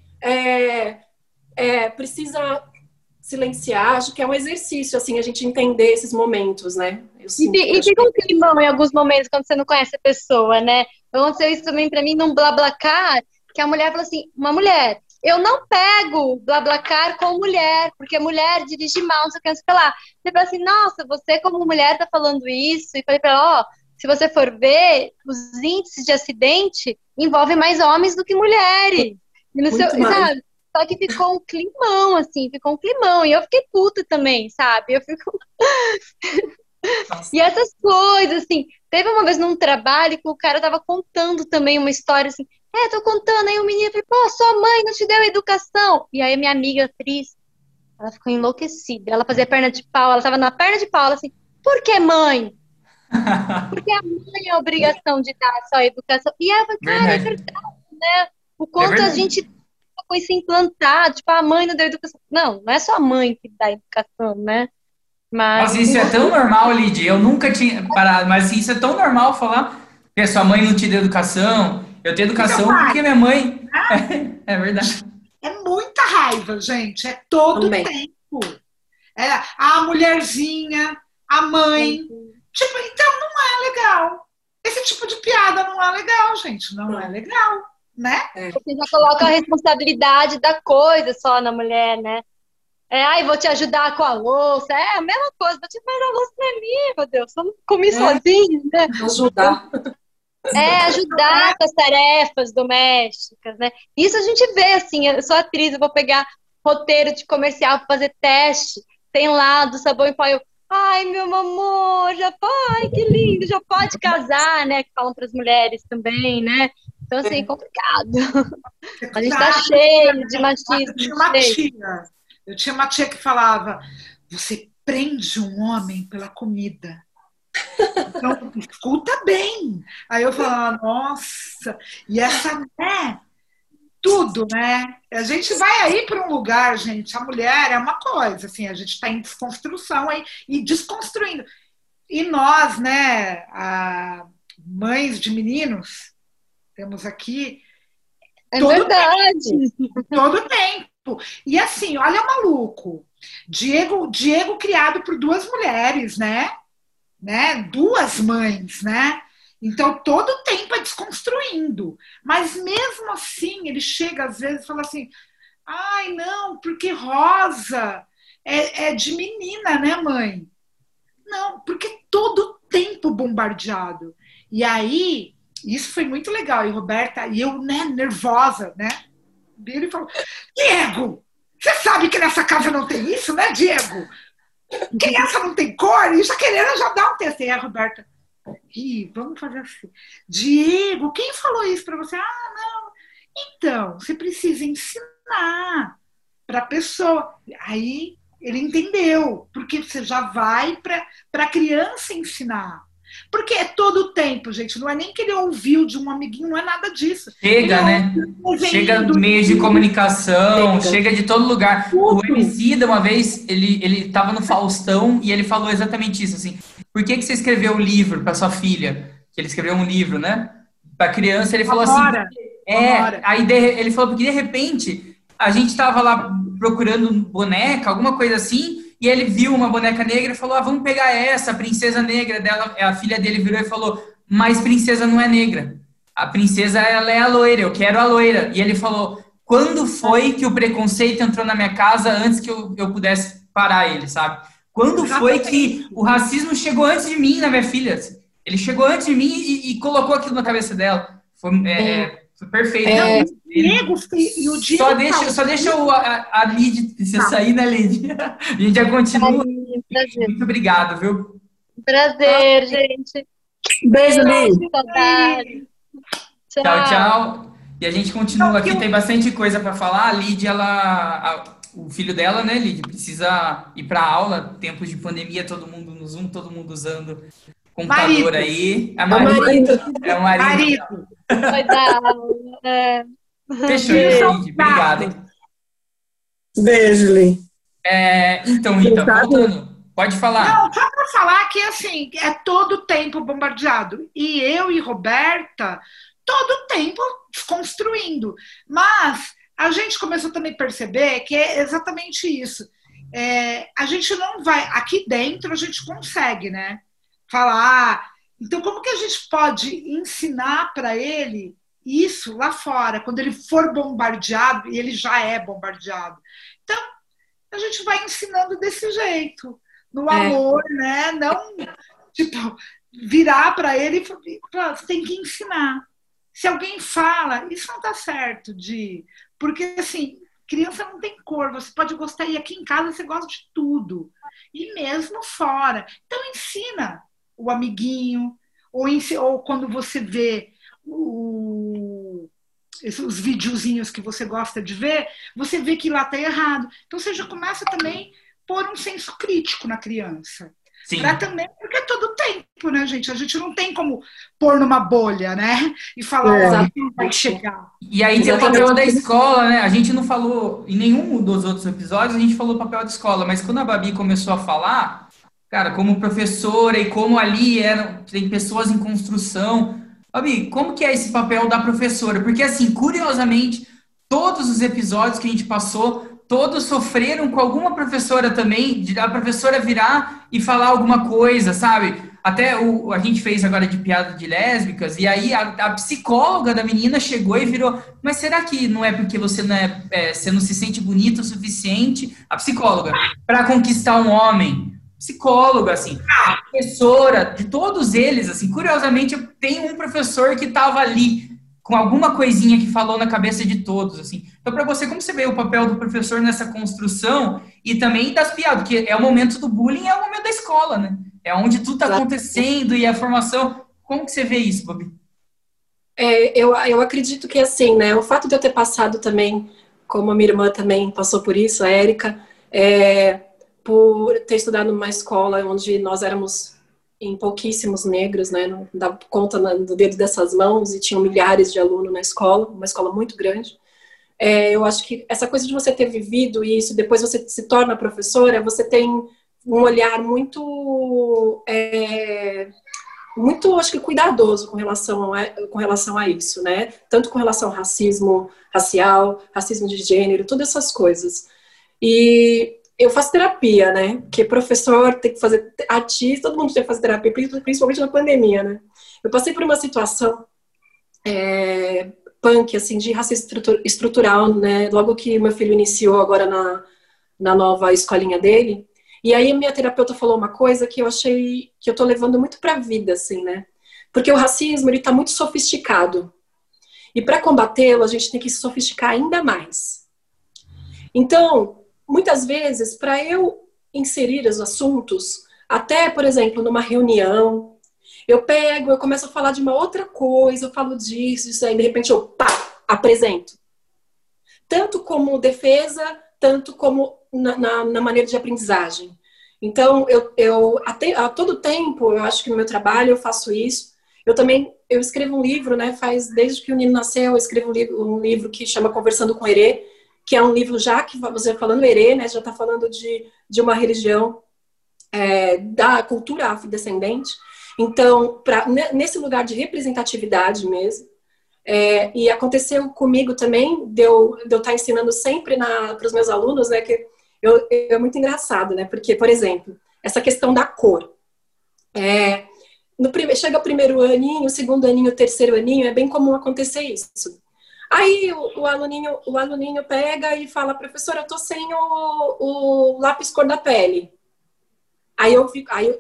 Speaker 3: precisa silenciar. Acho que é um exercício, assim, a gente entender esses momentos, né?
Speaker 5: E fica um climão em alguns momentos quando você não conhece a pessoa, né? Aconteceu isso também pra mim num BlaBlaCar, que a mulher falou assim, uma mulher... Eu não pego BlaBlaCar com mulher, porque mulher dirige mal, não sei o que, não sei o que lá. Você fala assim, nossa, você como mulher tá falando isso. E falei pra ela, se você for ver, os índices de acidente envolvem mais homens do que mulheres. E no seu, sabe? Só que ficou um climão, assim, ficou um climão. E eu fiquei puta também, sabe? Eu fico...
Speaker 1: Nossa.
Speaker 5: E essas coisas, assim, teve uma vez num trabalho que o cara tava contando também uma história assim, tô contando, aí o menino falou, pô, sua mãe não te deu educação. E aí a minha amiga atriz, ela ficou enlouquecida, ela fazia perna de pau, ela tava na perna de pau, ela assim, por que mãe? Porque a mãe é a obrigação de dar só a educação. E ela falou, cara, é
Speaker 1: Verdade.
Speaker 5: verdade, né? O quanto a
Speaker 1: verdade.
Speaker 5: gente com isso implantado, tipo, a mãe não deu educação. Não, não é só a mãe que dá educação, né? Mas
Speaker 1: Nossa, isso é tão normal, Lidy. Eu nunca tinha parado, mas isso é tão normal falar que a sua mãe não te deu educação. Eu tenho educação porque minha mãe. É verdade.
Speaker 2: É muita raiva, gente. É todo
Speaker 3: Também.
Speaker 2: tempo. É a mulherzinha, a mãe. Tipo, então não é legal. Esse tipo de piada não é legal, gente. Não é legal, né?
Speaker 5: você já coloca a responsabilidade da coisa só na mulher, né? Ai, vou te ajudar com a louça. É a mesma coisa, vou te fazer a louça pra mim, meu Deus. Eu não comi sozinho, né?
Speaker 3: Ajudar.
Speaker 5: Ajudar com as tarefas domésticas, né? Isso a gente vê, assim, eu sou atriz, eu vou pegar roteiro de comercial para fazer teste, tem lá do sabão em pó, ai, meu amor, ai, que lindo, já pode casar, né? Que falam para as mulheres também, né? Então, assim, é complicado. A gente tá cheio de machismo.
Speaker 2: Eu tinha uma tia que falava, você prende um homem pela comida. Então, escuta bem. Aí eu falava, nossa, e essa, né? Tudo, né? A gente vai aí para um lugar, gente, a mulher é uma coisa, assim, a gente está em desconstrução aí, e desconstruindo. E nós, né, mães de meninos, temos aqui...
Speaker 5: É verdade.
Speaker 2: Todo tempo. E assim, olha o maluco. Diego criado por duas mulheres, né? Duas mães, né? Então, todo o tempo é desconstruindo. Mas mesmo assim, ele chega às vezes e fala assim, ai, não, porque rosa é de menina, né, mãe? Não, porque todo o tempo bombardeado. E aí, isso foi muito legal. E Roberta, e eu, né, nervosa, né? Ele falou, Diego, você sabe que nessa casa não tem isso, né, Diego? Criança não tem cor, e já querendo já dar um texto. E a Roberta, vamos fazer assim. Diego, quem falou isso para você? Ah, não. Então, você precisa ensinar para a pessoa. Aí ele entendeu, porque você já vai para a criança ensinar. Porque é todo o tempo, gente. Não é nem que ele ouviu de um amiguinho, não é nada disso.
Speaker 1: Chega, né? Chega do meio de comunicação, chega de todo lugar. O Emicida, uma vez, ele tava no Faustão e ele falou exatamente isso, assim. Por que você escreveu um livro para sua filha? Que ele escreveu um livro, né? Para criança, ele falou assim... Aí ele falou, porque de repente, a gente tava lá procurando boneca, alguma coisa assim... E ele viu uma boneca negra e falou, vamos pegar essa, a princesa negra dela. A filha dele virou e falou, mas princesa não é negra. A princesa, ela é a loira, eu quero a loira. E ele falou, quando foi que o preconceito entrou na minha casa antes que eu pudesse parar ele, sabe? Quando foi que o racismo chegou antes de mim na minha filha? Ele chegou antes de mim e colocou aquilo na cabeça dela. Foi perfeito.
Speaker 2: O Diego
Speaker 1: só deixa a Lid você sair, né, Lid? A gente já continua. Muito obrigado, viu?
Speaker 5: Prazer, gente.
Speaker 4: Beijo, Lid.
Speaker 5: Saudade.
Speaker 1: Tchau. E a gente continua aqui, tem bastante coisa para falar. A Lid, o filho dela, né, Lid, precisa ir para aula. Tempos de pandemia, todo mundo no Zoom, todo mundo usando computador aí. É o marido.
Speaker 5: Vai dar.
Speaker 1: Fechou, Lid. Obrigado, hein?
Speaker 4: Beijo, Lid.
Speaker 1: Então, Rita, voltando. Pode falar.
Speaker 2: Não, só para falar que, assim, é todo o tempo bombardeado. E eu e Roberta, todo o tempo desconstruindo. Mas a gente começou também a perceber que é exatamente isso. A gente não vai... Aqui dentro a gente consegue, né? Falar... Então, como que a gente pode ensinar para ele isso lá fora, quando ele for bombardeado, e ele já é bombardeado? Então, a gente vai ensinando desse jeito, no amor, né? Não, tipo, virar para ele e falar, você tem que ensinar. Se alguém fala, isso não está certo, porque assim, Criança não tem cor, você pode gostar, e aqui em casa você gosta de tudo. E mesmo fora. Então ensina o amiguinho, ou quando você vê os videozinhos que você gosta de ver, você vê que lá está errado. Então você já começa também a pôr um senso crítico na criança. Também, porque é todo tempo, né, gente? A gente não tem como pôr numa bolha, né? E falar, não vai chegar.
Speaker 1: E aí tem o papel da escola, né? A gente não falou, em nenhum dos outros episódios, a gente falou o papel da escola, mas quando a Babi começou a falar, cara, como professora e como ali tem pessoas em construção. Babi, como que é esse papel da professora? Porque, assim, curiosamente, todos os episódios que a gente passou, todos sofreram com alguma professora também, de a professora virar e falar alguma coisa, sabe? Até a gente fez agora de piada de lésbicas, e aí a psicóloga da menina chegou e virou, mas será que não é porque você você não se sente bonito o suficiente, a psicóloga, para conquistar um homem? Psicóloga, assim, a professora, de todos eles, assim, curiosamente, tem um professor que estava ali, com alguma coisinha que falou na cabeça de todos, assim. Então, para você, como você vê o papel do professor nessa construção e também das piadas? Porque é o momento do bullying, é o momento da escola, né? É onde tudo está acontecendo e a formação. Como que você vê isso, Babi?
Speaker 3: Eu acredito que, assim, né, o fato de eu ter passado também, como a minha irmã também passou por isso, a Érica, por ter estudado numa escola onde nós éramos em pouquíssimos negros, né, não dá conta do dedo dessas mãos, e tinham milhares de alunos na escola, uma escola muito grande. Eu acho que essa coisa de você ter vivido isso, depois você se torna professora, você tem um olhar muito, acho que cuidadoso com relação a isso, né, tanto com relação ao racismo racial, racismo de gênero, todas essas coisas. E eu faço terapia, né? Porque professor tem que fazer, artista, todo mundo tem que fazer terapia, principalmente na pandemia, né? Eu passei por uma situação punk, assim, de racismo estrutural, né? Logo que meu filho iniciou agora na nova escolinha dele. E aí a minha terapeuta falou uma coisa que eu achei que eu tô levando muito pra vida, assim, né? Porque o racismo, ele tá muito sofisticado. E para combatê-lo, a gente tem que se sofisticar ainda mais. Então, muitas vezes, para eu inserir os assuntos, até, por exemplo, numa reunião, eu começo a falar de uma outra coisa, eu falo disso, aí, de repente eu apresento. Tanto como defesa, tanto como na maneira de aprendizagem. Então, a todo tempo, eu acho que no meu trabalho eu faço isso. Eu escrevo um livro, né, desde que o Nino nasceu, eu escrevo um livro que chama Conversando com Herê, que é um livro já que você falando herê, né, já está falando de uma religião da cultura afrodescendente. Então, nesse lugar de representatividade mesmo, e aconteceu comigo também, de eu estar ensinando sempre para os meus alunos, né, que é muito engraçado, né, porque, por exemplo, essa questão da cor. Chega o primeiro aninho, o segundo aninho, o terceiro aninho, é bem comum acontecer isso. Aí o aluninho pega e fala, professora, eu tô sem o lápis cor da pele. Aí eu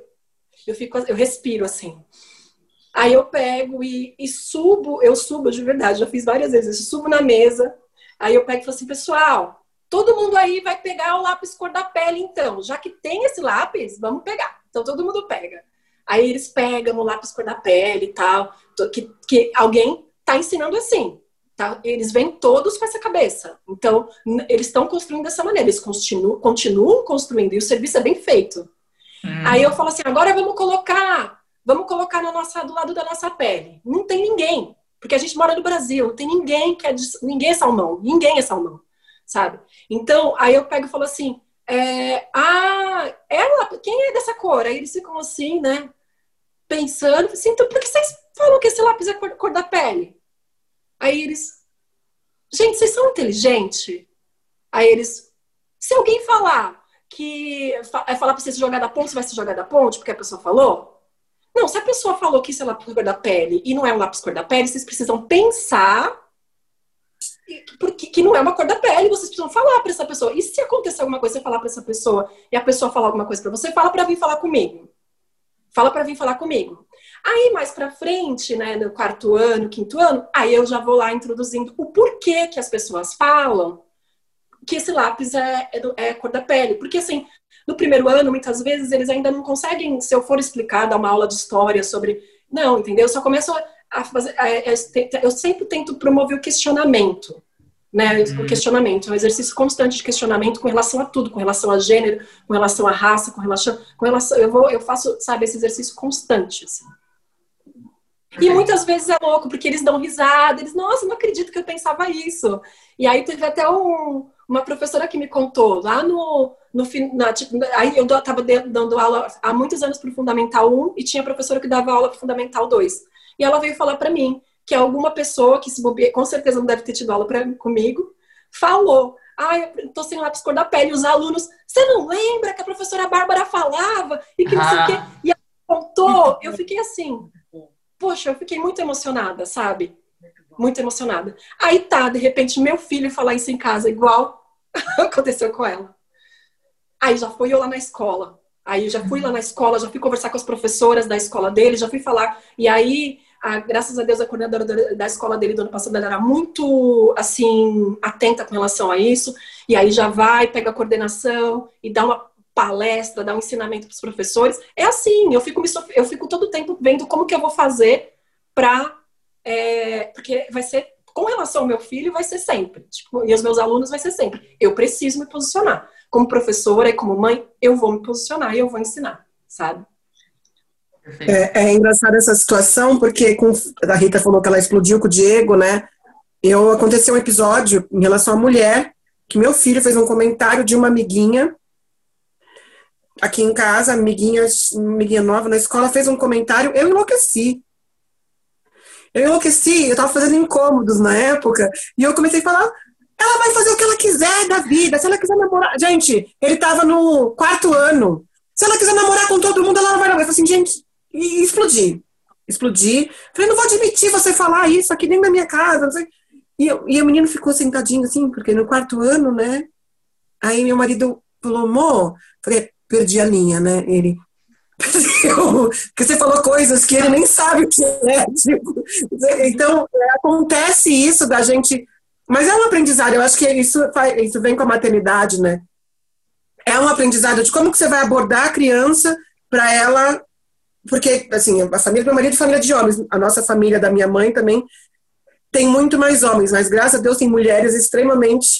Speaker 3: respiro assim. Aí eu pego e subo de verdade, já fiz várias vezes, eu subo na mesa, aí eu pego e falo assim, pessoal, todo mundo aí vai pegar o lápis cor da pele então, já que tem esse lápis, vamos pegar. Então todo mundo pega. Aí eles pegam o lápis cor da pele e tal, que alguém tá ensinando assim. Tá? Eles vêm todos com essa cabeça. Então, eles estão construindo dessa maneira. Eles continuam construindo. E o serviço é bem feito. Aí eu falo assim, agora vamos colocar do lado da nossa pele. Não tem ninguém. Porque a gente mora no Brasil. Não tem ninguém ninguém é salmão. Ninguém é salmão. Sabe? Então, aí eu pego e falo assim, quem é dessa cor? Aí eles ficam assim, né? Pensando. Assim, então por que vocês falam que esse lápis é cor da pele? Aí eles, gente, vocês são inteligentes? Aí eles, se alguém falar falar pra você se jogar da ponte, você vai se jogar da ponte, porque a pessoa falou? Não, se a pessoa falou que isso é lápis cor da pele e não é um lápis cor da pele, vocês precisam pensar que não é uma cor da pele, vocês precisam falar pra essa pessoa. E se acontecer alguma coisa, você falar pra essa pessoa e a pessoa falar alguma coisa pra você, fala pra vir falar comigo. Fala pra vir falar comigo. Aí, mais pra frente, né, no quarto ano, quinto ano, aí eu já vou lá introduzindo o porquê que as pessoas falam que esse lápis é a cor da pele. Porque, assim, no primeiro ano, muitas vezes, eles ainda não conseguem, se eu for explicar, dar uma aula de história sobre... Não, entendeu? Eu só começo a fazer... Eu sempre tento promover o questionamento, né? O questionamento, é um exercício constante de questionamento com relação a tudo, com relação a gênero, com relação à raça, com relação eu faço, sabe, esse exercício constante, assim. E muitas vezes é louco, porque eles dão risada, eles, nossa, não acredito que eu pensava isso. E aí teve até uma professora que me contou, lá aí eu estava dando aula há muitos anos para o Fundamental 1 e tinha professora que dava aula para o Fundamental 2. E ela veio falar para mim que alguma pessoa que se bobeia, com certeza não deve ter tido aula comigo, falou, eu tô sem lápis cor da pele. E os alunos, você não lembra que a professora Bárbara falava? E que não sei o quê. E ela contou, eu fiquei assim, poxa, eu fiquei muito emocionada, sabe? Muito emocionada. Aí de repente, meu filho falar isso em casa, igual aconteceu com ela. Aí já fui eu lá na escola. Aí eu já fui lá na escola, já fui conversar com as professoras da escola dele, já fui falar. E aí, graças a Deus, a coordenadora da escola dele do ano passado, ela era muito, assim, atenta com relação a isso. E aí já vai, pega a coordenação e dá uma palestra, dá um ensinamento para os professores. É assim, eu fico todo o tempo vendo como que eu vou fazer porque vai ser, com relação ao meu filho, vai ser sempre. Tipo, e os meus alunos vai ser sempre. Eu preciso me posicionar. Como professora e como mãe, eu vou me posicionar e eu vou ensinar, sabe?
Speaker 4: É engraçada essa situação, porque a Rita falou que ela explodiu com o Diego, né? Aconteceu um episódio em relação à mulher, que meu filho fez um comentário de uma amiguinha aqui em casa, amiguinha nova na escola, fez um comentário, eu enlouqueci, eu tava fazendo incômodos na época, e eu comecei a falar, ela vai fazer o que ela quiser da vida, se ela quiser namorar, gente, ele tava no 4º ano, se ela quiser namorar com todo mundo, ela não vai namorar, eu falei assim, gente, e explodi, falei, não vou admitir você falar isso aqui nem na minha casa, não sei. E o menino ficou sentadinho assim, porque no 4º ano, né, aí meu marido falou, amor, falei, perdi a linha, né, ele... Porque você falou coisas que ele nem sabe o que é. Tipo, então, acontece isso da gente... Mas é um aprendizado, eu acho que isso vem com a maternidade, né? É um aprendizado de como que você vai abordar a criança para ela... Porque, assim, a família do meu marido é família de homens. A nossa família da minha mãe também tem muito mais homens, mas graças a Deus tem mulheres extremamente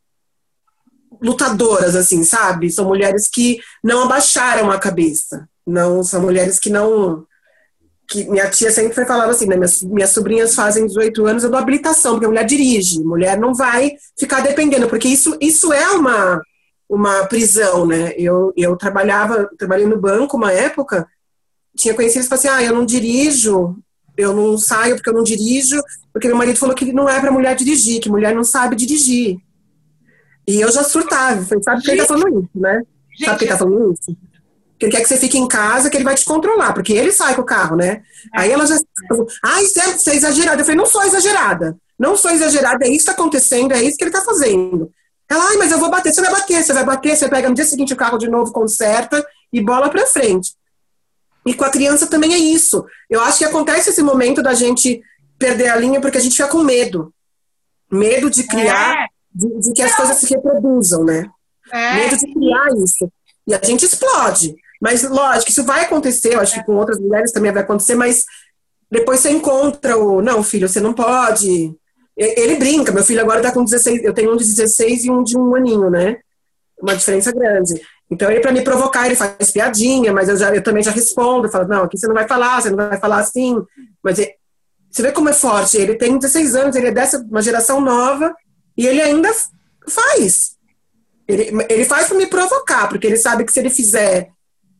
Speaker 4: lutadoras, assim, sabe? São mulheres que não abaixaram a cabeça. Não, são mulheres que não... Que minha tia sempre falava assim, né? Minhas sobrinhas fazem 18 anos, eu dou habilitação, porque a mulher dirige. Mulher não vai ficar dependendo, porque isso é uma prisão, né? Eu trabalhei no banco uma época, tinha conhecidos que falavam assim, eu não dirijo, eu não saio porque eu não dirijo, porque meu marido falou que não é pra mulher dirigir, que mulher não sabe dirigir. E eu já surtava, falei, sabe por que ele tá falando isso, né? Sabe por que ele tá falando isso? Que ele quer que você fique em casa, que ele vai te controlar, porque ele sai com o carro, né? Aí ela já falou, você é exagerada. Eu falei, não sou exagerada, é isso que tá acontecendo, é isso que ele tá fazendo. Ela, mas eu vou bater, você vai bater, você pega no dia seguinte o carro de novo, conserta e bola pra frente. E com a criança também é isso. Eu acho que acontece esse momento da gente perder a linha porque a gente fica com medo. Medo de criar, de que as coisas se reproduzam, né? Medo de criar isso. E a gente explode. Mas, lógico, isso vai acontecer, eu acho que com outras mulheres também vai acontecer, mas depois você encontra não, filho, você não pode. Ele brinca, meu filho agora tá com 16, eu tenho um de 16 e um de 1 aninho, né? Uma diferença grande. Então, ele, pra me provocar, ele faz piadinha, mas eu também já respondo, eu falo, não, aqui você não vai falar assim. Mas você vê como é forte, ele tem 16 anos, ele é uma geração nova, e ele ainda faz. Ele faz pra me provocar, porque ele sabe que se ele fizer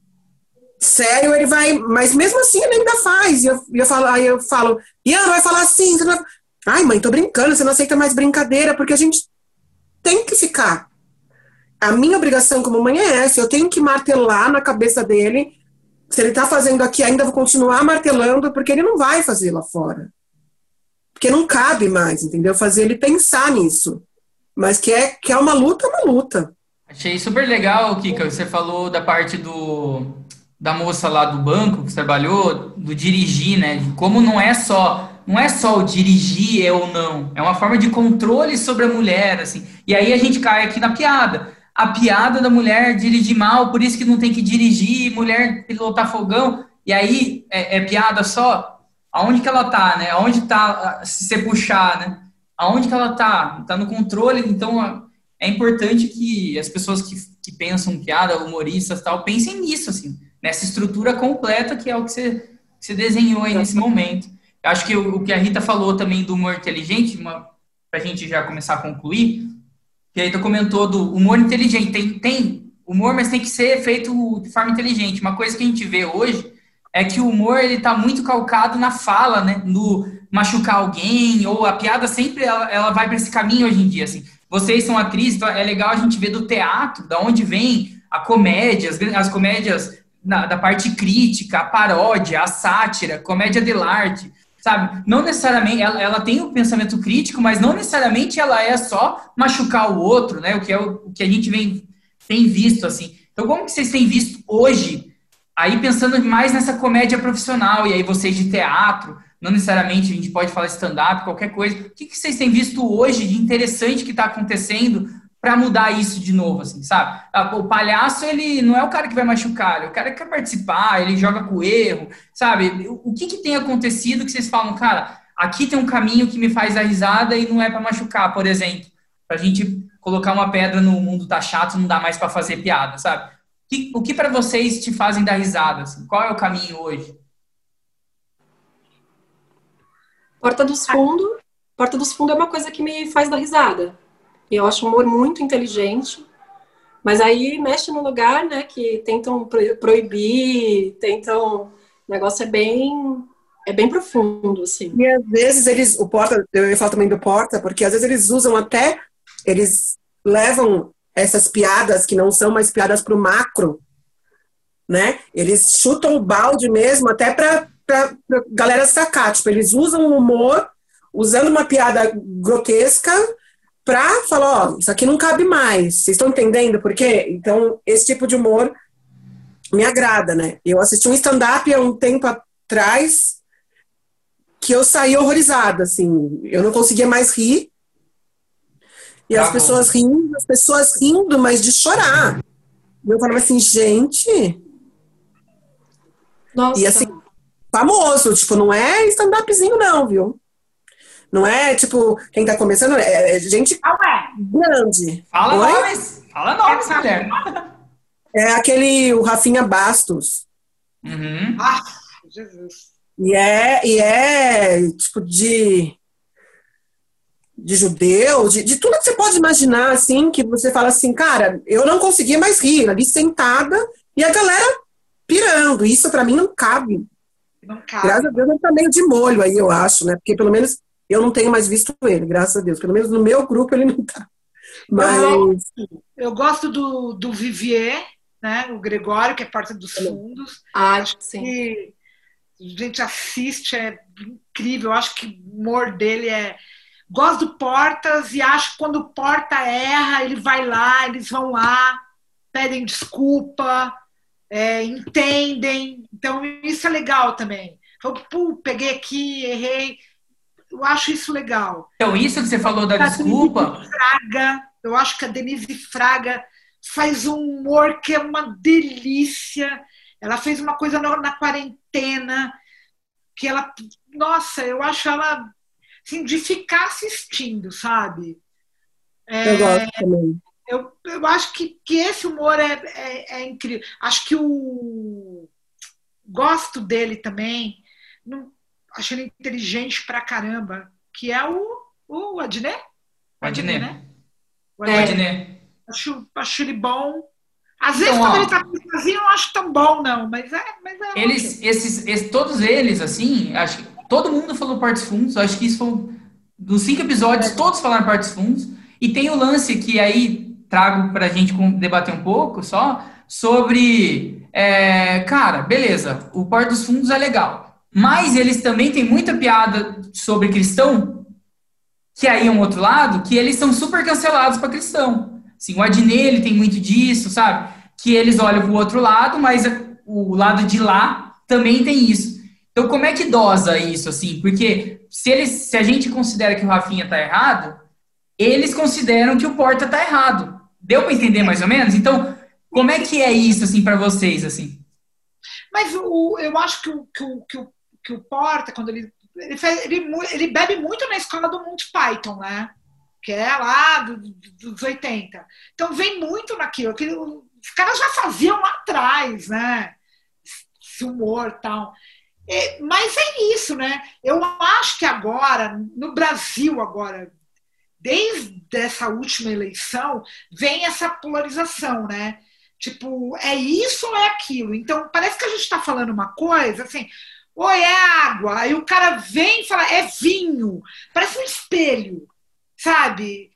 Speaker 4: sério, ele vai... Mas mesmo assim, ele ainda faz. E eu falo, Ian, vai falar assim. Você não vai... Ai, mãe, tô brincando, você não aceita mais brincadeira, porque a gente tem que ficar. A minha obrigação como mãe é essa, eu tenho que martelar na cabeça dele. Se ele tá fazendo aqui, ainda vou continuar martelando, porque ele não vai fazer lá fora. Porque não cabe mais, entendeu? Fazer ele pensar nisso. Mas que é uma luta, é uma luta.
Speaker 1: Achei super legal, Kika, você falou da parte da moça lá do banco que você trabalhou, do dirigir, né? De como não é só não é só o dirigir ou não, é uma forma de controle sobre a mulher, assim. E aí a gente cai aqui na piada. A piada da mulher dirigir mal, por isso que não tem que dirigir, mulher pilotar fogão, e aí é piada só? Aonde que ela tá, né? Aonde tá, se você puxar, né? Aonde que ela tá? Tá no controle, então é importante que as pessoas que pensam piada, humoristas e tal, pensem nisso, assim, nessa estrutura completa que é o que você desenhou aí nesse momento. Eu acho que o que a Rita falou também do humor inteligente, pra gente já começar a concluir, que a Rita comentou do humor inteligente. Tem humor, mas tem que ser feito de forma inteligente. Uma coisa que a gente vê hoje é que o humor, ele tá muito calcado na fala, né? No machucar alguém, ou a piada sempre ela vai para esse caminho hoje em dia, assim. Vocês são atrizes, então é legal a gente ver do teatro, da onde vem a comédia, as comédias da parte crítica, a paródia, a sátira, comédia dell'arte, sabe? Não necessariamente, ela tem o pensamento crítico, mas não necessariamente ela é só machucar o outro, né? O que a gente tem visto, assim. Então, como que vocês têm visto hoje, aí pensando mais nessa comédia profissional, e aí vocês de teatro, não necessariamente a gente pode falar stand-up, qualquer coisa, o que vocês têm visto hoje de interessante que está acontecendo para mudar isso de novo, assim, sabe? O palhaço, ele não é o cara que vai machucar, ele é o cara que quer participar, ele joga com erro, sabe? O que tem acontecido que vocês falam, cara, aqui tem um caminho que me faz dar risada e não é para machucar, por exemplo, pra gente colocar uma pedra no mundo tá chato, não dá mais para fazer piada, sabe? O que para vocês te fazem dar risada, assim? Qual é o caminho hoje?
Speaker 3: Porta dos Fundos é uma coisa que me faz dar risada. Eu acho o humor muito inteligente, mas aí mexe no lugar, né, que tentam proibir, o negócio é bem profundo, assim.
Speaker 4: E às vezes eu ia falar também do Porta, porque às vezes eles levam essas piadas que não são mais piadas pro macro, né? Eles chutam o balde mesmo, até pra galera sacar. Tipo, eles usam o humor, usando uma piada grotesca, pra falar, ó, isso aqui não cabe mais. Vocês estão entendendo por quê? Então, esse tipo de humor me agrada, né? Eu assisti um stand-up há um tempo atrás que eu saí horrorizada, assim. Eu não conseguia mais rir. E as pessoas rindo, mas de chorar. E eu falava assim, gente...
Speaker 3: Nossa.
Speaker 4: E assim, famoso, tipo, não é stand-upzinho não, viu? Não é, tipo, quem tá começando, é gente grande.
Speaker 1: Fala nomes, mulher.
Speaker 4: É o Rafinha Bastos.
Speaker 1: Uhum.
Speaker 2: Ah, Jesus.
Speaker 4: E é tipo, de judeu, de tudo que você pode imaginar, assim, que você fala assim, cara, eu não conseguia mais rir, ali sentada, e a galera pirando. Isso pra mim não cabe.
Speaker 2: Não cabe.
Speaker 4: Graças a Deus ele tá meio de molho aí, eu acho, né? Porque pelo menos eu não tenho mais visto ele, graças a Deus. Pelo menos no meu grupo ele não tá. Mas...
Speaker 2: Eu gosto do Vivier, né? O Gregório, que é Porta dos Fundos.
Speaker 3: Acho sim.
Speaker 2: Que a gente assiste, é incrível. Eu acho que o humor dele é... Gosto do Portas e acho que quando o Porta erra, ele vai lá, eles vão lá, pedem desculpa, entendem. Então, isso é legal também. Peguei aqui, errei. Eu acho isso legal.
Speaker 1: Então, isso que você falou da desculpa...
Speaker 2: Eu acho que a Denise Fraga faz um humor que é uma delícia. Ela fez uma coisa na quarentena que ela... Nossa, eu acho ela... Assim, de ficar assistindo, sabe?
Speaker 4: Eu gosto também.
Speaker 2: Eu acho que esse humor é incrível. Acho que gosto dele também. Acho ele inteligente pra caramba. Que é o Adnet?
Speaker 1: O Adnet,
Speaker 2: né?
Speaker 1: O Adnet.
Speaker 2: Acho ele bom. Às vezes, quando ele tá sozinho, eu não acho tão bom, não. Mas
Speaker 1: todos eles, assim, acho que todo mundo falou Porta dos Fundos. Acho que isso foi... Dos 5 episódios, todos falaram Porta dos Fundos. E tem o lance que aí trago pra gente debater um pouco só sobre... cara, beleza, o Porta dos Fundos é legal. Mas eles também têm muita piada sobre cristão, que aí é um outro lado, que eles são super cancelados para cristão. Assim, o Adnet, ele tem muito disso, sabe? Que eles olham pro outro lado, mas o lado de lá também tem isso. Então, como é que dosa isso, assim? Porque se a gente considera que o Rafinha tá errado, eles consideram que o Porta tá errado. Deu para entender mais ou menos? Então, como é que é isso, assim, para vocês, assim?
Speaker 2: Mas eu acho que o Porta, quando ele bebe muito na escola do Monty Python, né? Que é lá dos 80. Então vem muito naquilo. Que os caras já faziam lá atrás, né? Esse humor e tal. Mas é isso, né? Eu acho que agora, no Brasil agora, desde essa última eleição, vem essa polarização, né? Tipo, é isso ou é aquilo? Então, parece que a gente está falando uma coisa, assim, ou é água, aí o cara vem e fala, é vinho. Parece um espelho, sabe?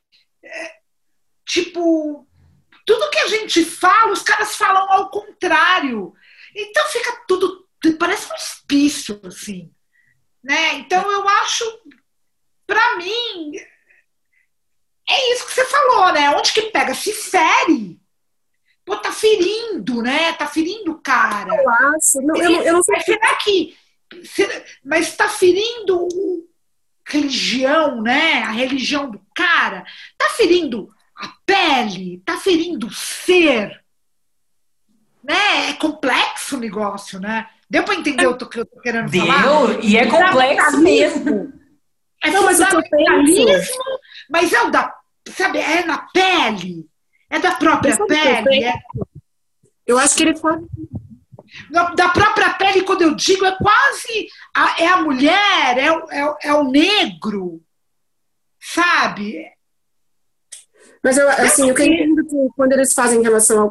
Speaker 2: Tipo, tudo que a gente fala, os caras falam ao contrário. Então fica tudo, parece um hospício, assim. Né? Então eu acho, pra mim, é isso que você falou, né? Onde que pega? Se fere. Pô, tá ferindo, né? Tá ferindo o cara.
Speaker 4: Eu acho. Não, eu não sei.
Speaker 2: Mas será que... Mas tá ferindo religião, né? A religião do cara. Tá ferindo a pele. Tá ferindo o ser. Né? É complexo o negócio, né? Deu pra entender o que eu tô querendo falar?
Speaker 1: Deu, e é complexo mesmo.
Speaker 2: É
Speaker 4: não, mas
Speaker 2: fundamentalismo, mas é o da... Sabe, é na pele. É da própria pele.
Speaker 4: Eu acho que ele foi...
Speaker 2: Da própria pele, quando eu digo, é quase... É a mulher, é o negro. Sabe?
Speaker 4: Mas eu, assim, o que eu entendo que quando eles fazem em relação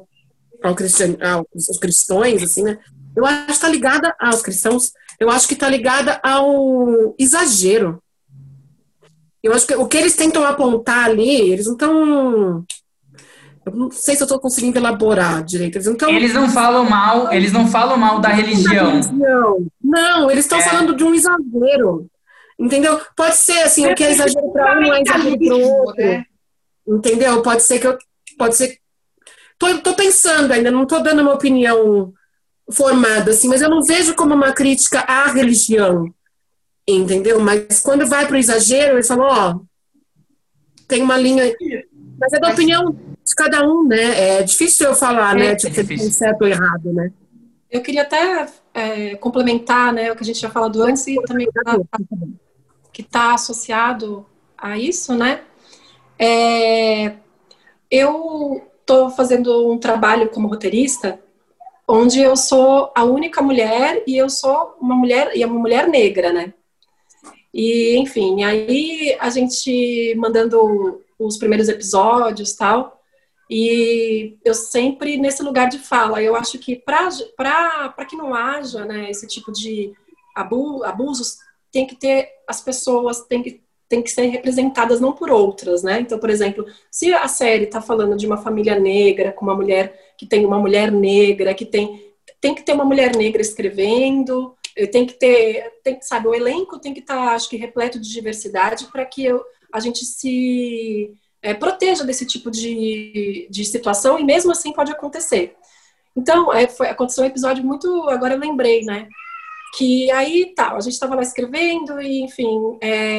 Speaker 4: aos cristãos, assim, né? Eu acho que está ligada aos cristãos, eu acho que está ligada ao exagero. Eu acho que o que eles tentam apontar ali, eles não estão... Eu não sei se eu estou conseguindo elaborar direito.
Speaker 1: Eles não falam mal da religião.
Speaker 4: Não, eles estão falando de um exagero. Entendeu? Pode ser assim, o que é exagero para um não é exagero para o outro. Né? Entendeu? Pode ser. Tô pensando ainda, não tô dando uma opinião formada, assim, mas eu não vejo como uma crítica à religião. Entendeu? Mas quando vai para o exagero, eles falam, ó, tem uma linha. Mas é da opinião de cada um, né? É difícil eu falar, né? Tipo, tem certo ou errado, né?
Speaker 3: Eu queria até complementar, né, o que a gente tinha falado antes e também que está associado a isso, né? Eu estou fazendo um trabalho como roteirista, onde eu sou a única mulher e eu sou uma mulher negra, né? E, enfim, aí a gente mandando os primeiros episódios e tal, e eu sempre nesse lugar de fala. Eu acho que para que não haja, né, esse tipo de abusos, tem que ter as pessoas, tem que ser representadas não por outras, né? Então, por exemplo, se a série está falando de uma família negra, com uma mulher que tem uma mulher negra, que tem que ter uma mulher negra escrevendo, sabe, o elenco tem que estar, acho que, repleto de diversidade para que a gente se proteja desse tipo de situação, e mesmo assim pode acontecer. Então, aconteceu um episódio muito, agora eu lembrei, né? Que aí, a gente estava lá escrevendo e, enfim,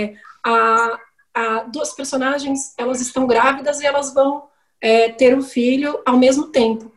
Speaker 3: duas personagens, elas estão grávidas e elas vão ter um filho ao mesmo tempo.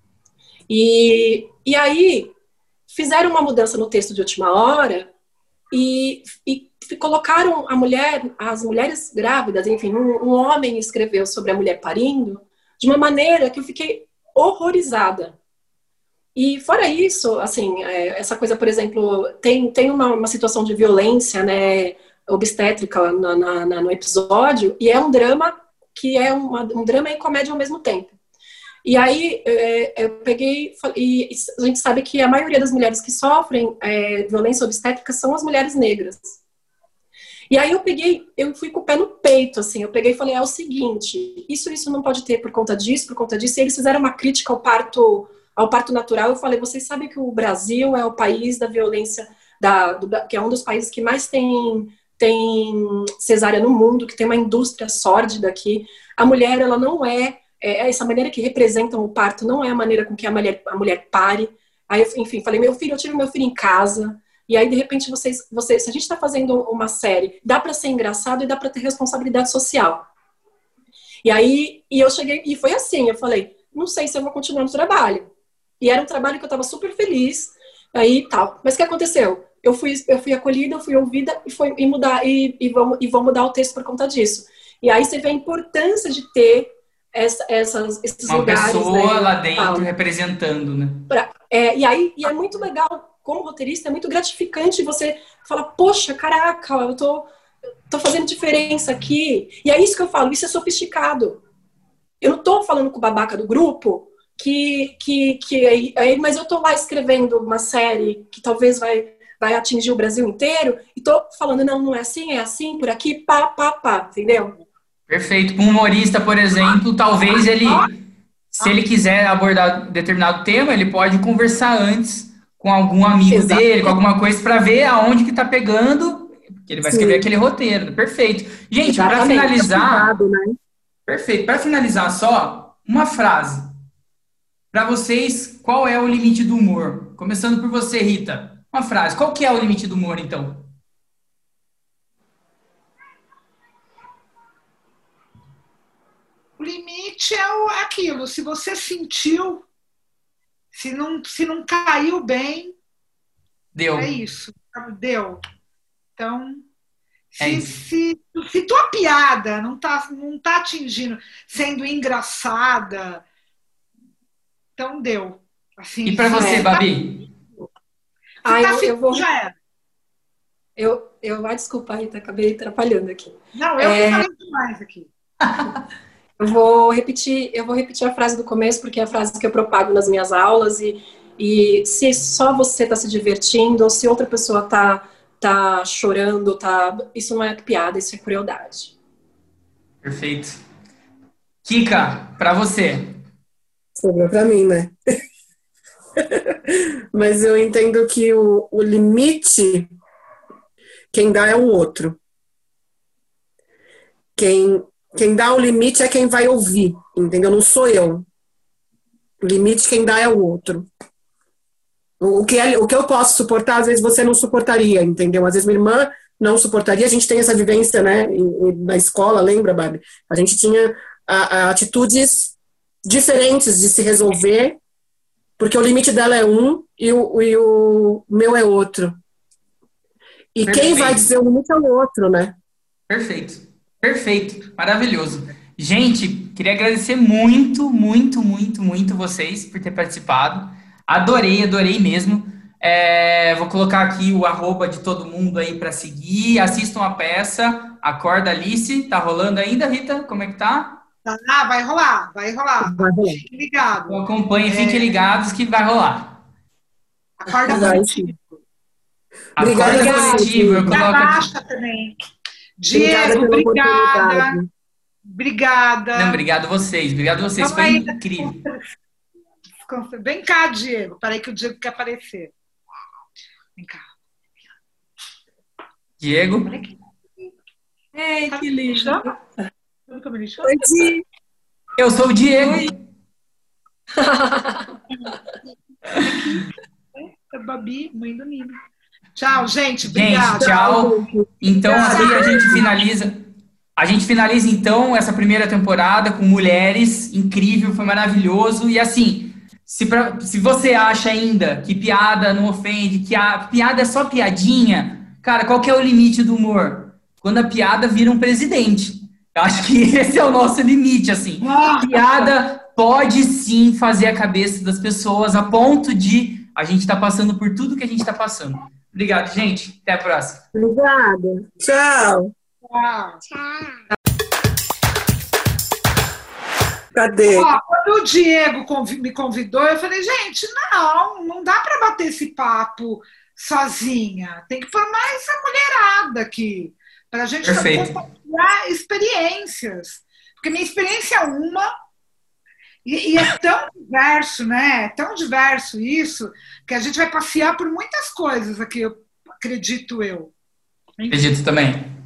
Speaker 3: E aí, fizeram uma mudança no texto de última hora e colocaram as mulheres grávidas, enfim, um homem escreveu sobre a mulher parindo de uma maneira que eu fiquei horrorizada. E fora isso, assim, essa coisa, por exemplo, tem uma situação de violência, né, obstétrica no episódio, e é um drama que é um drama e comédia ao mesmo tempo. E aí eu peguei, e a gente sabe que a maioria das mulheres que sofrem violência obstétrica são as mulheres negras. E aí eu fui com o pé no peito, assim, eu peguei e falei, é o seguinte, isso não pode ter por conta disso, e eles fizeram uma crítica ao parto natural. Eu falei, vocês sabem que o Brasil é o país da violência, que é um dos países que mais tem cesárea no mundo, que tem uma indústria sórdida aqui. A mulher, ela não essa maneira que representam o parto não é a maneira com que a mulher pare. Aí, enfim, falei, eu tive meu filho em casa, E aí, de repente, se a gente está fazendo uma série, dá para ser engraçado e dá para ter responsabilidade social. E aí, eu cheguei, e foi assim, eu falei, não sei se eu vou continuar no trabalho. E era um trabalho que eu estava super feliz, aí tal. Mas o que aconteceu? Eu fui acolhida, eu fui ouvida e vou mudar o texto por conta disso. E aí você vê a importância de ter esses
Speaker 1: uma
Speaker 3: lugares,
Speaker 1: pessoa
Speaker 3: né,
Speaker 1: lá dentro representando, né?
Speaker 3: E é muito legal, como roteirista, é muito gratificante você falar, poxa, caraca, eu tô fazendo diferença aqui. E é isso que eu falo, isso é sofisticado. Eu não tô falando com o babaca do grupo, mas eu tô lá escrevendo uma série que talvez vai atingir o Brasil inteiro, e tô falando, não é assim, por aqui, pá, entendeu?
Speaker 1: Perfeito. Um humorista, por exemplo, talvez se ele quiser abordar determinado tema, ele pode conversar antes com algum amigo dele, com alguma coisa, para ver aonde que tá pegando, que ele vai escrever aquele roteiro. Perfeito. Gente, para finalizar... Perfeito. Para finalizar só, uma frase. Para vocês, qual é o limite do humor? Começando por você, Rita. Uma frase. Qual que é o limite do humor, então?
Speaker 2: O limite é aquilo. Se você sentiu, se não caiu bem,
Speaker 1: deu.
Speaker 2: É isso. Deu. Então, se tua piada não tá atingindo, sendo engraçada, então deu. Assim,
Speaker 1: e para você, Babi?
Speaker 3: Desculpa, Rita, acabei atrapalhando aqui.
Speaker 2: Não, eu falei demais aqui.
Speaker 3: Eu vou repetir a frase do começo, porque é a frase que eu propago nas minhas aulas, e se só você está se divertindo, ou se outra pessoa tá chorando, isso não é piada, isso é crueldade.
Speaker 1: Perfeito. Kika, para você.
Speaker 4: Sobrou para mim, né? Mas eu entendo que o limite, quem dá é o outro. Quem dá o limite é quem vai ouvir, entendeu? Não sou eu. O limite quem dá é o outro. O que eu posso suportar, às vezes você não suportaria, entendeu? Às vezes minha irmã não suportaria. A gente tem essa vivência, né? Na escola, lembra, Babi? A gente tinha atitudes diferentes de se resolver, porque o limite dela é um e o meu é outro. E perfeito. Quem vai dizer o limite é o outro, né?
Speaker 1: Perfeito. Perfeito. Maravilhoso. Gente, queria agradecer muito, muito, muito, muito vocês por ter participado. Adorei mesmo. Vou colocar aqui o @, de todo mundo aí para seguir. Assistam a peça. Acorda, Alice. Tá rolando ainda, Rita? Como é que tá?
Speaker 2: Vai rolar. Fiquem ligados.
Speaker 1: Então, acompanhem, fiquem ligados que vai rolar.
Speaker 2: Acorda positivo.
Speaker 1: Acorda positivo. Eu coloco
Speaker 2: aqui. Também. Diego, obrigada.
Speaker 1: Não, obrigado vocês. Foi incrível.
Speaker 2: Vem cá, Diego. Peraí que o Diego quer aparecer. Vem cá.
Speaker 1: Diego.
Speaker 3: Ei, que lindo.
Speaker 4: Oi, Di.
Speaker 1: Eu sou o Diego.
Speaker 2: É Babi, mãe do Nino. Tchau, gente. Obrigada.
Speaker 1: Gente, tchau. Então, aqui a gente finaliza. A gente finaliza, então, essa primeira temporada com mulheres. Incrível, foi maravilhoso. E assim, se você acha ainda que piada não ofende, que a piada é só piadinha, cara, qual que é o limite do humor? Quando a piada vira um presidente. Eu acho que esse é o nosso limite, assim. Piada pode sim fazer a cabeça das pessoas a ponto de a gente estar passando por tudo que a gente está passando. Obrigado, gente. Até a próxima.
Speaker 4: Obrigada. Tchau. Cadê?
Speaker 2: Quando o Diego me convidou, eu falei, gente, não dá para bater esse papo sozinha. Tem que formar essa mulherada aqui, para a gente compartilhar experiências. Porque minha experiência é uma, e é tão diverso, né? É tão diverso isso, que a gente vai passear por muitas coisas aqui, acredito eu.
Speaker 1: Acredito também.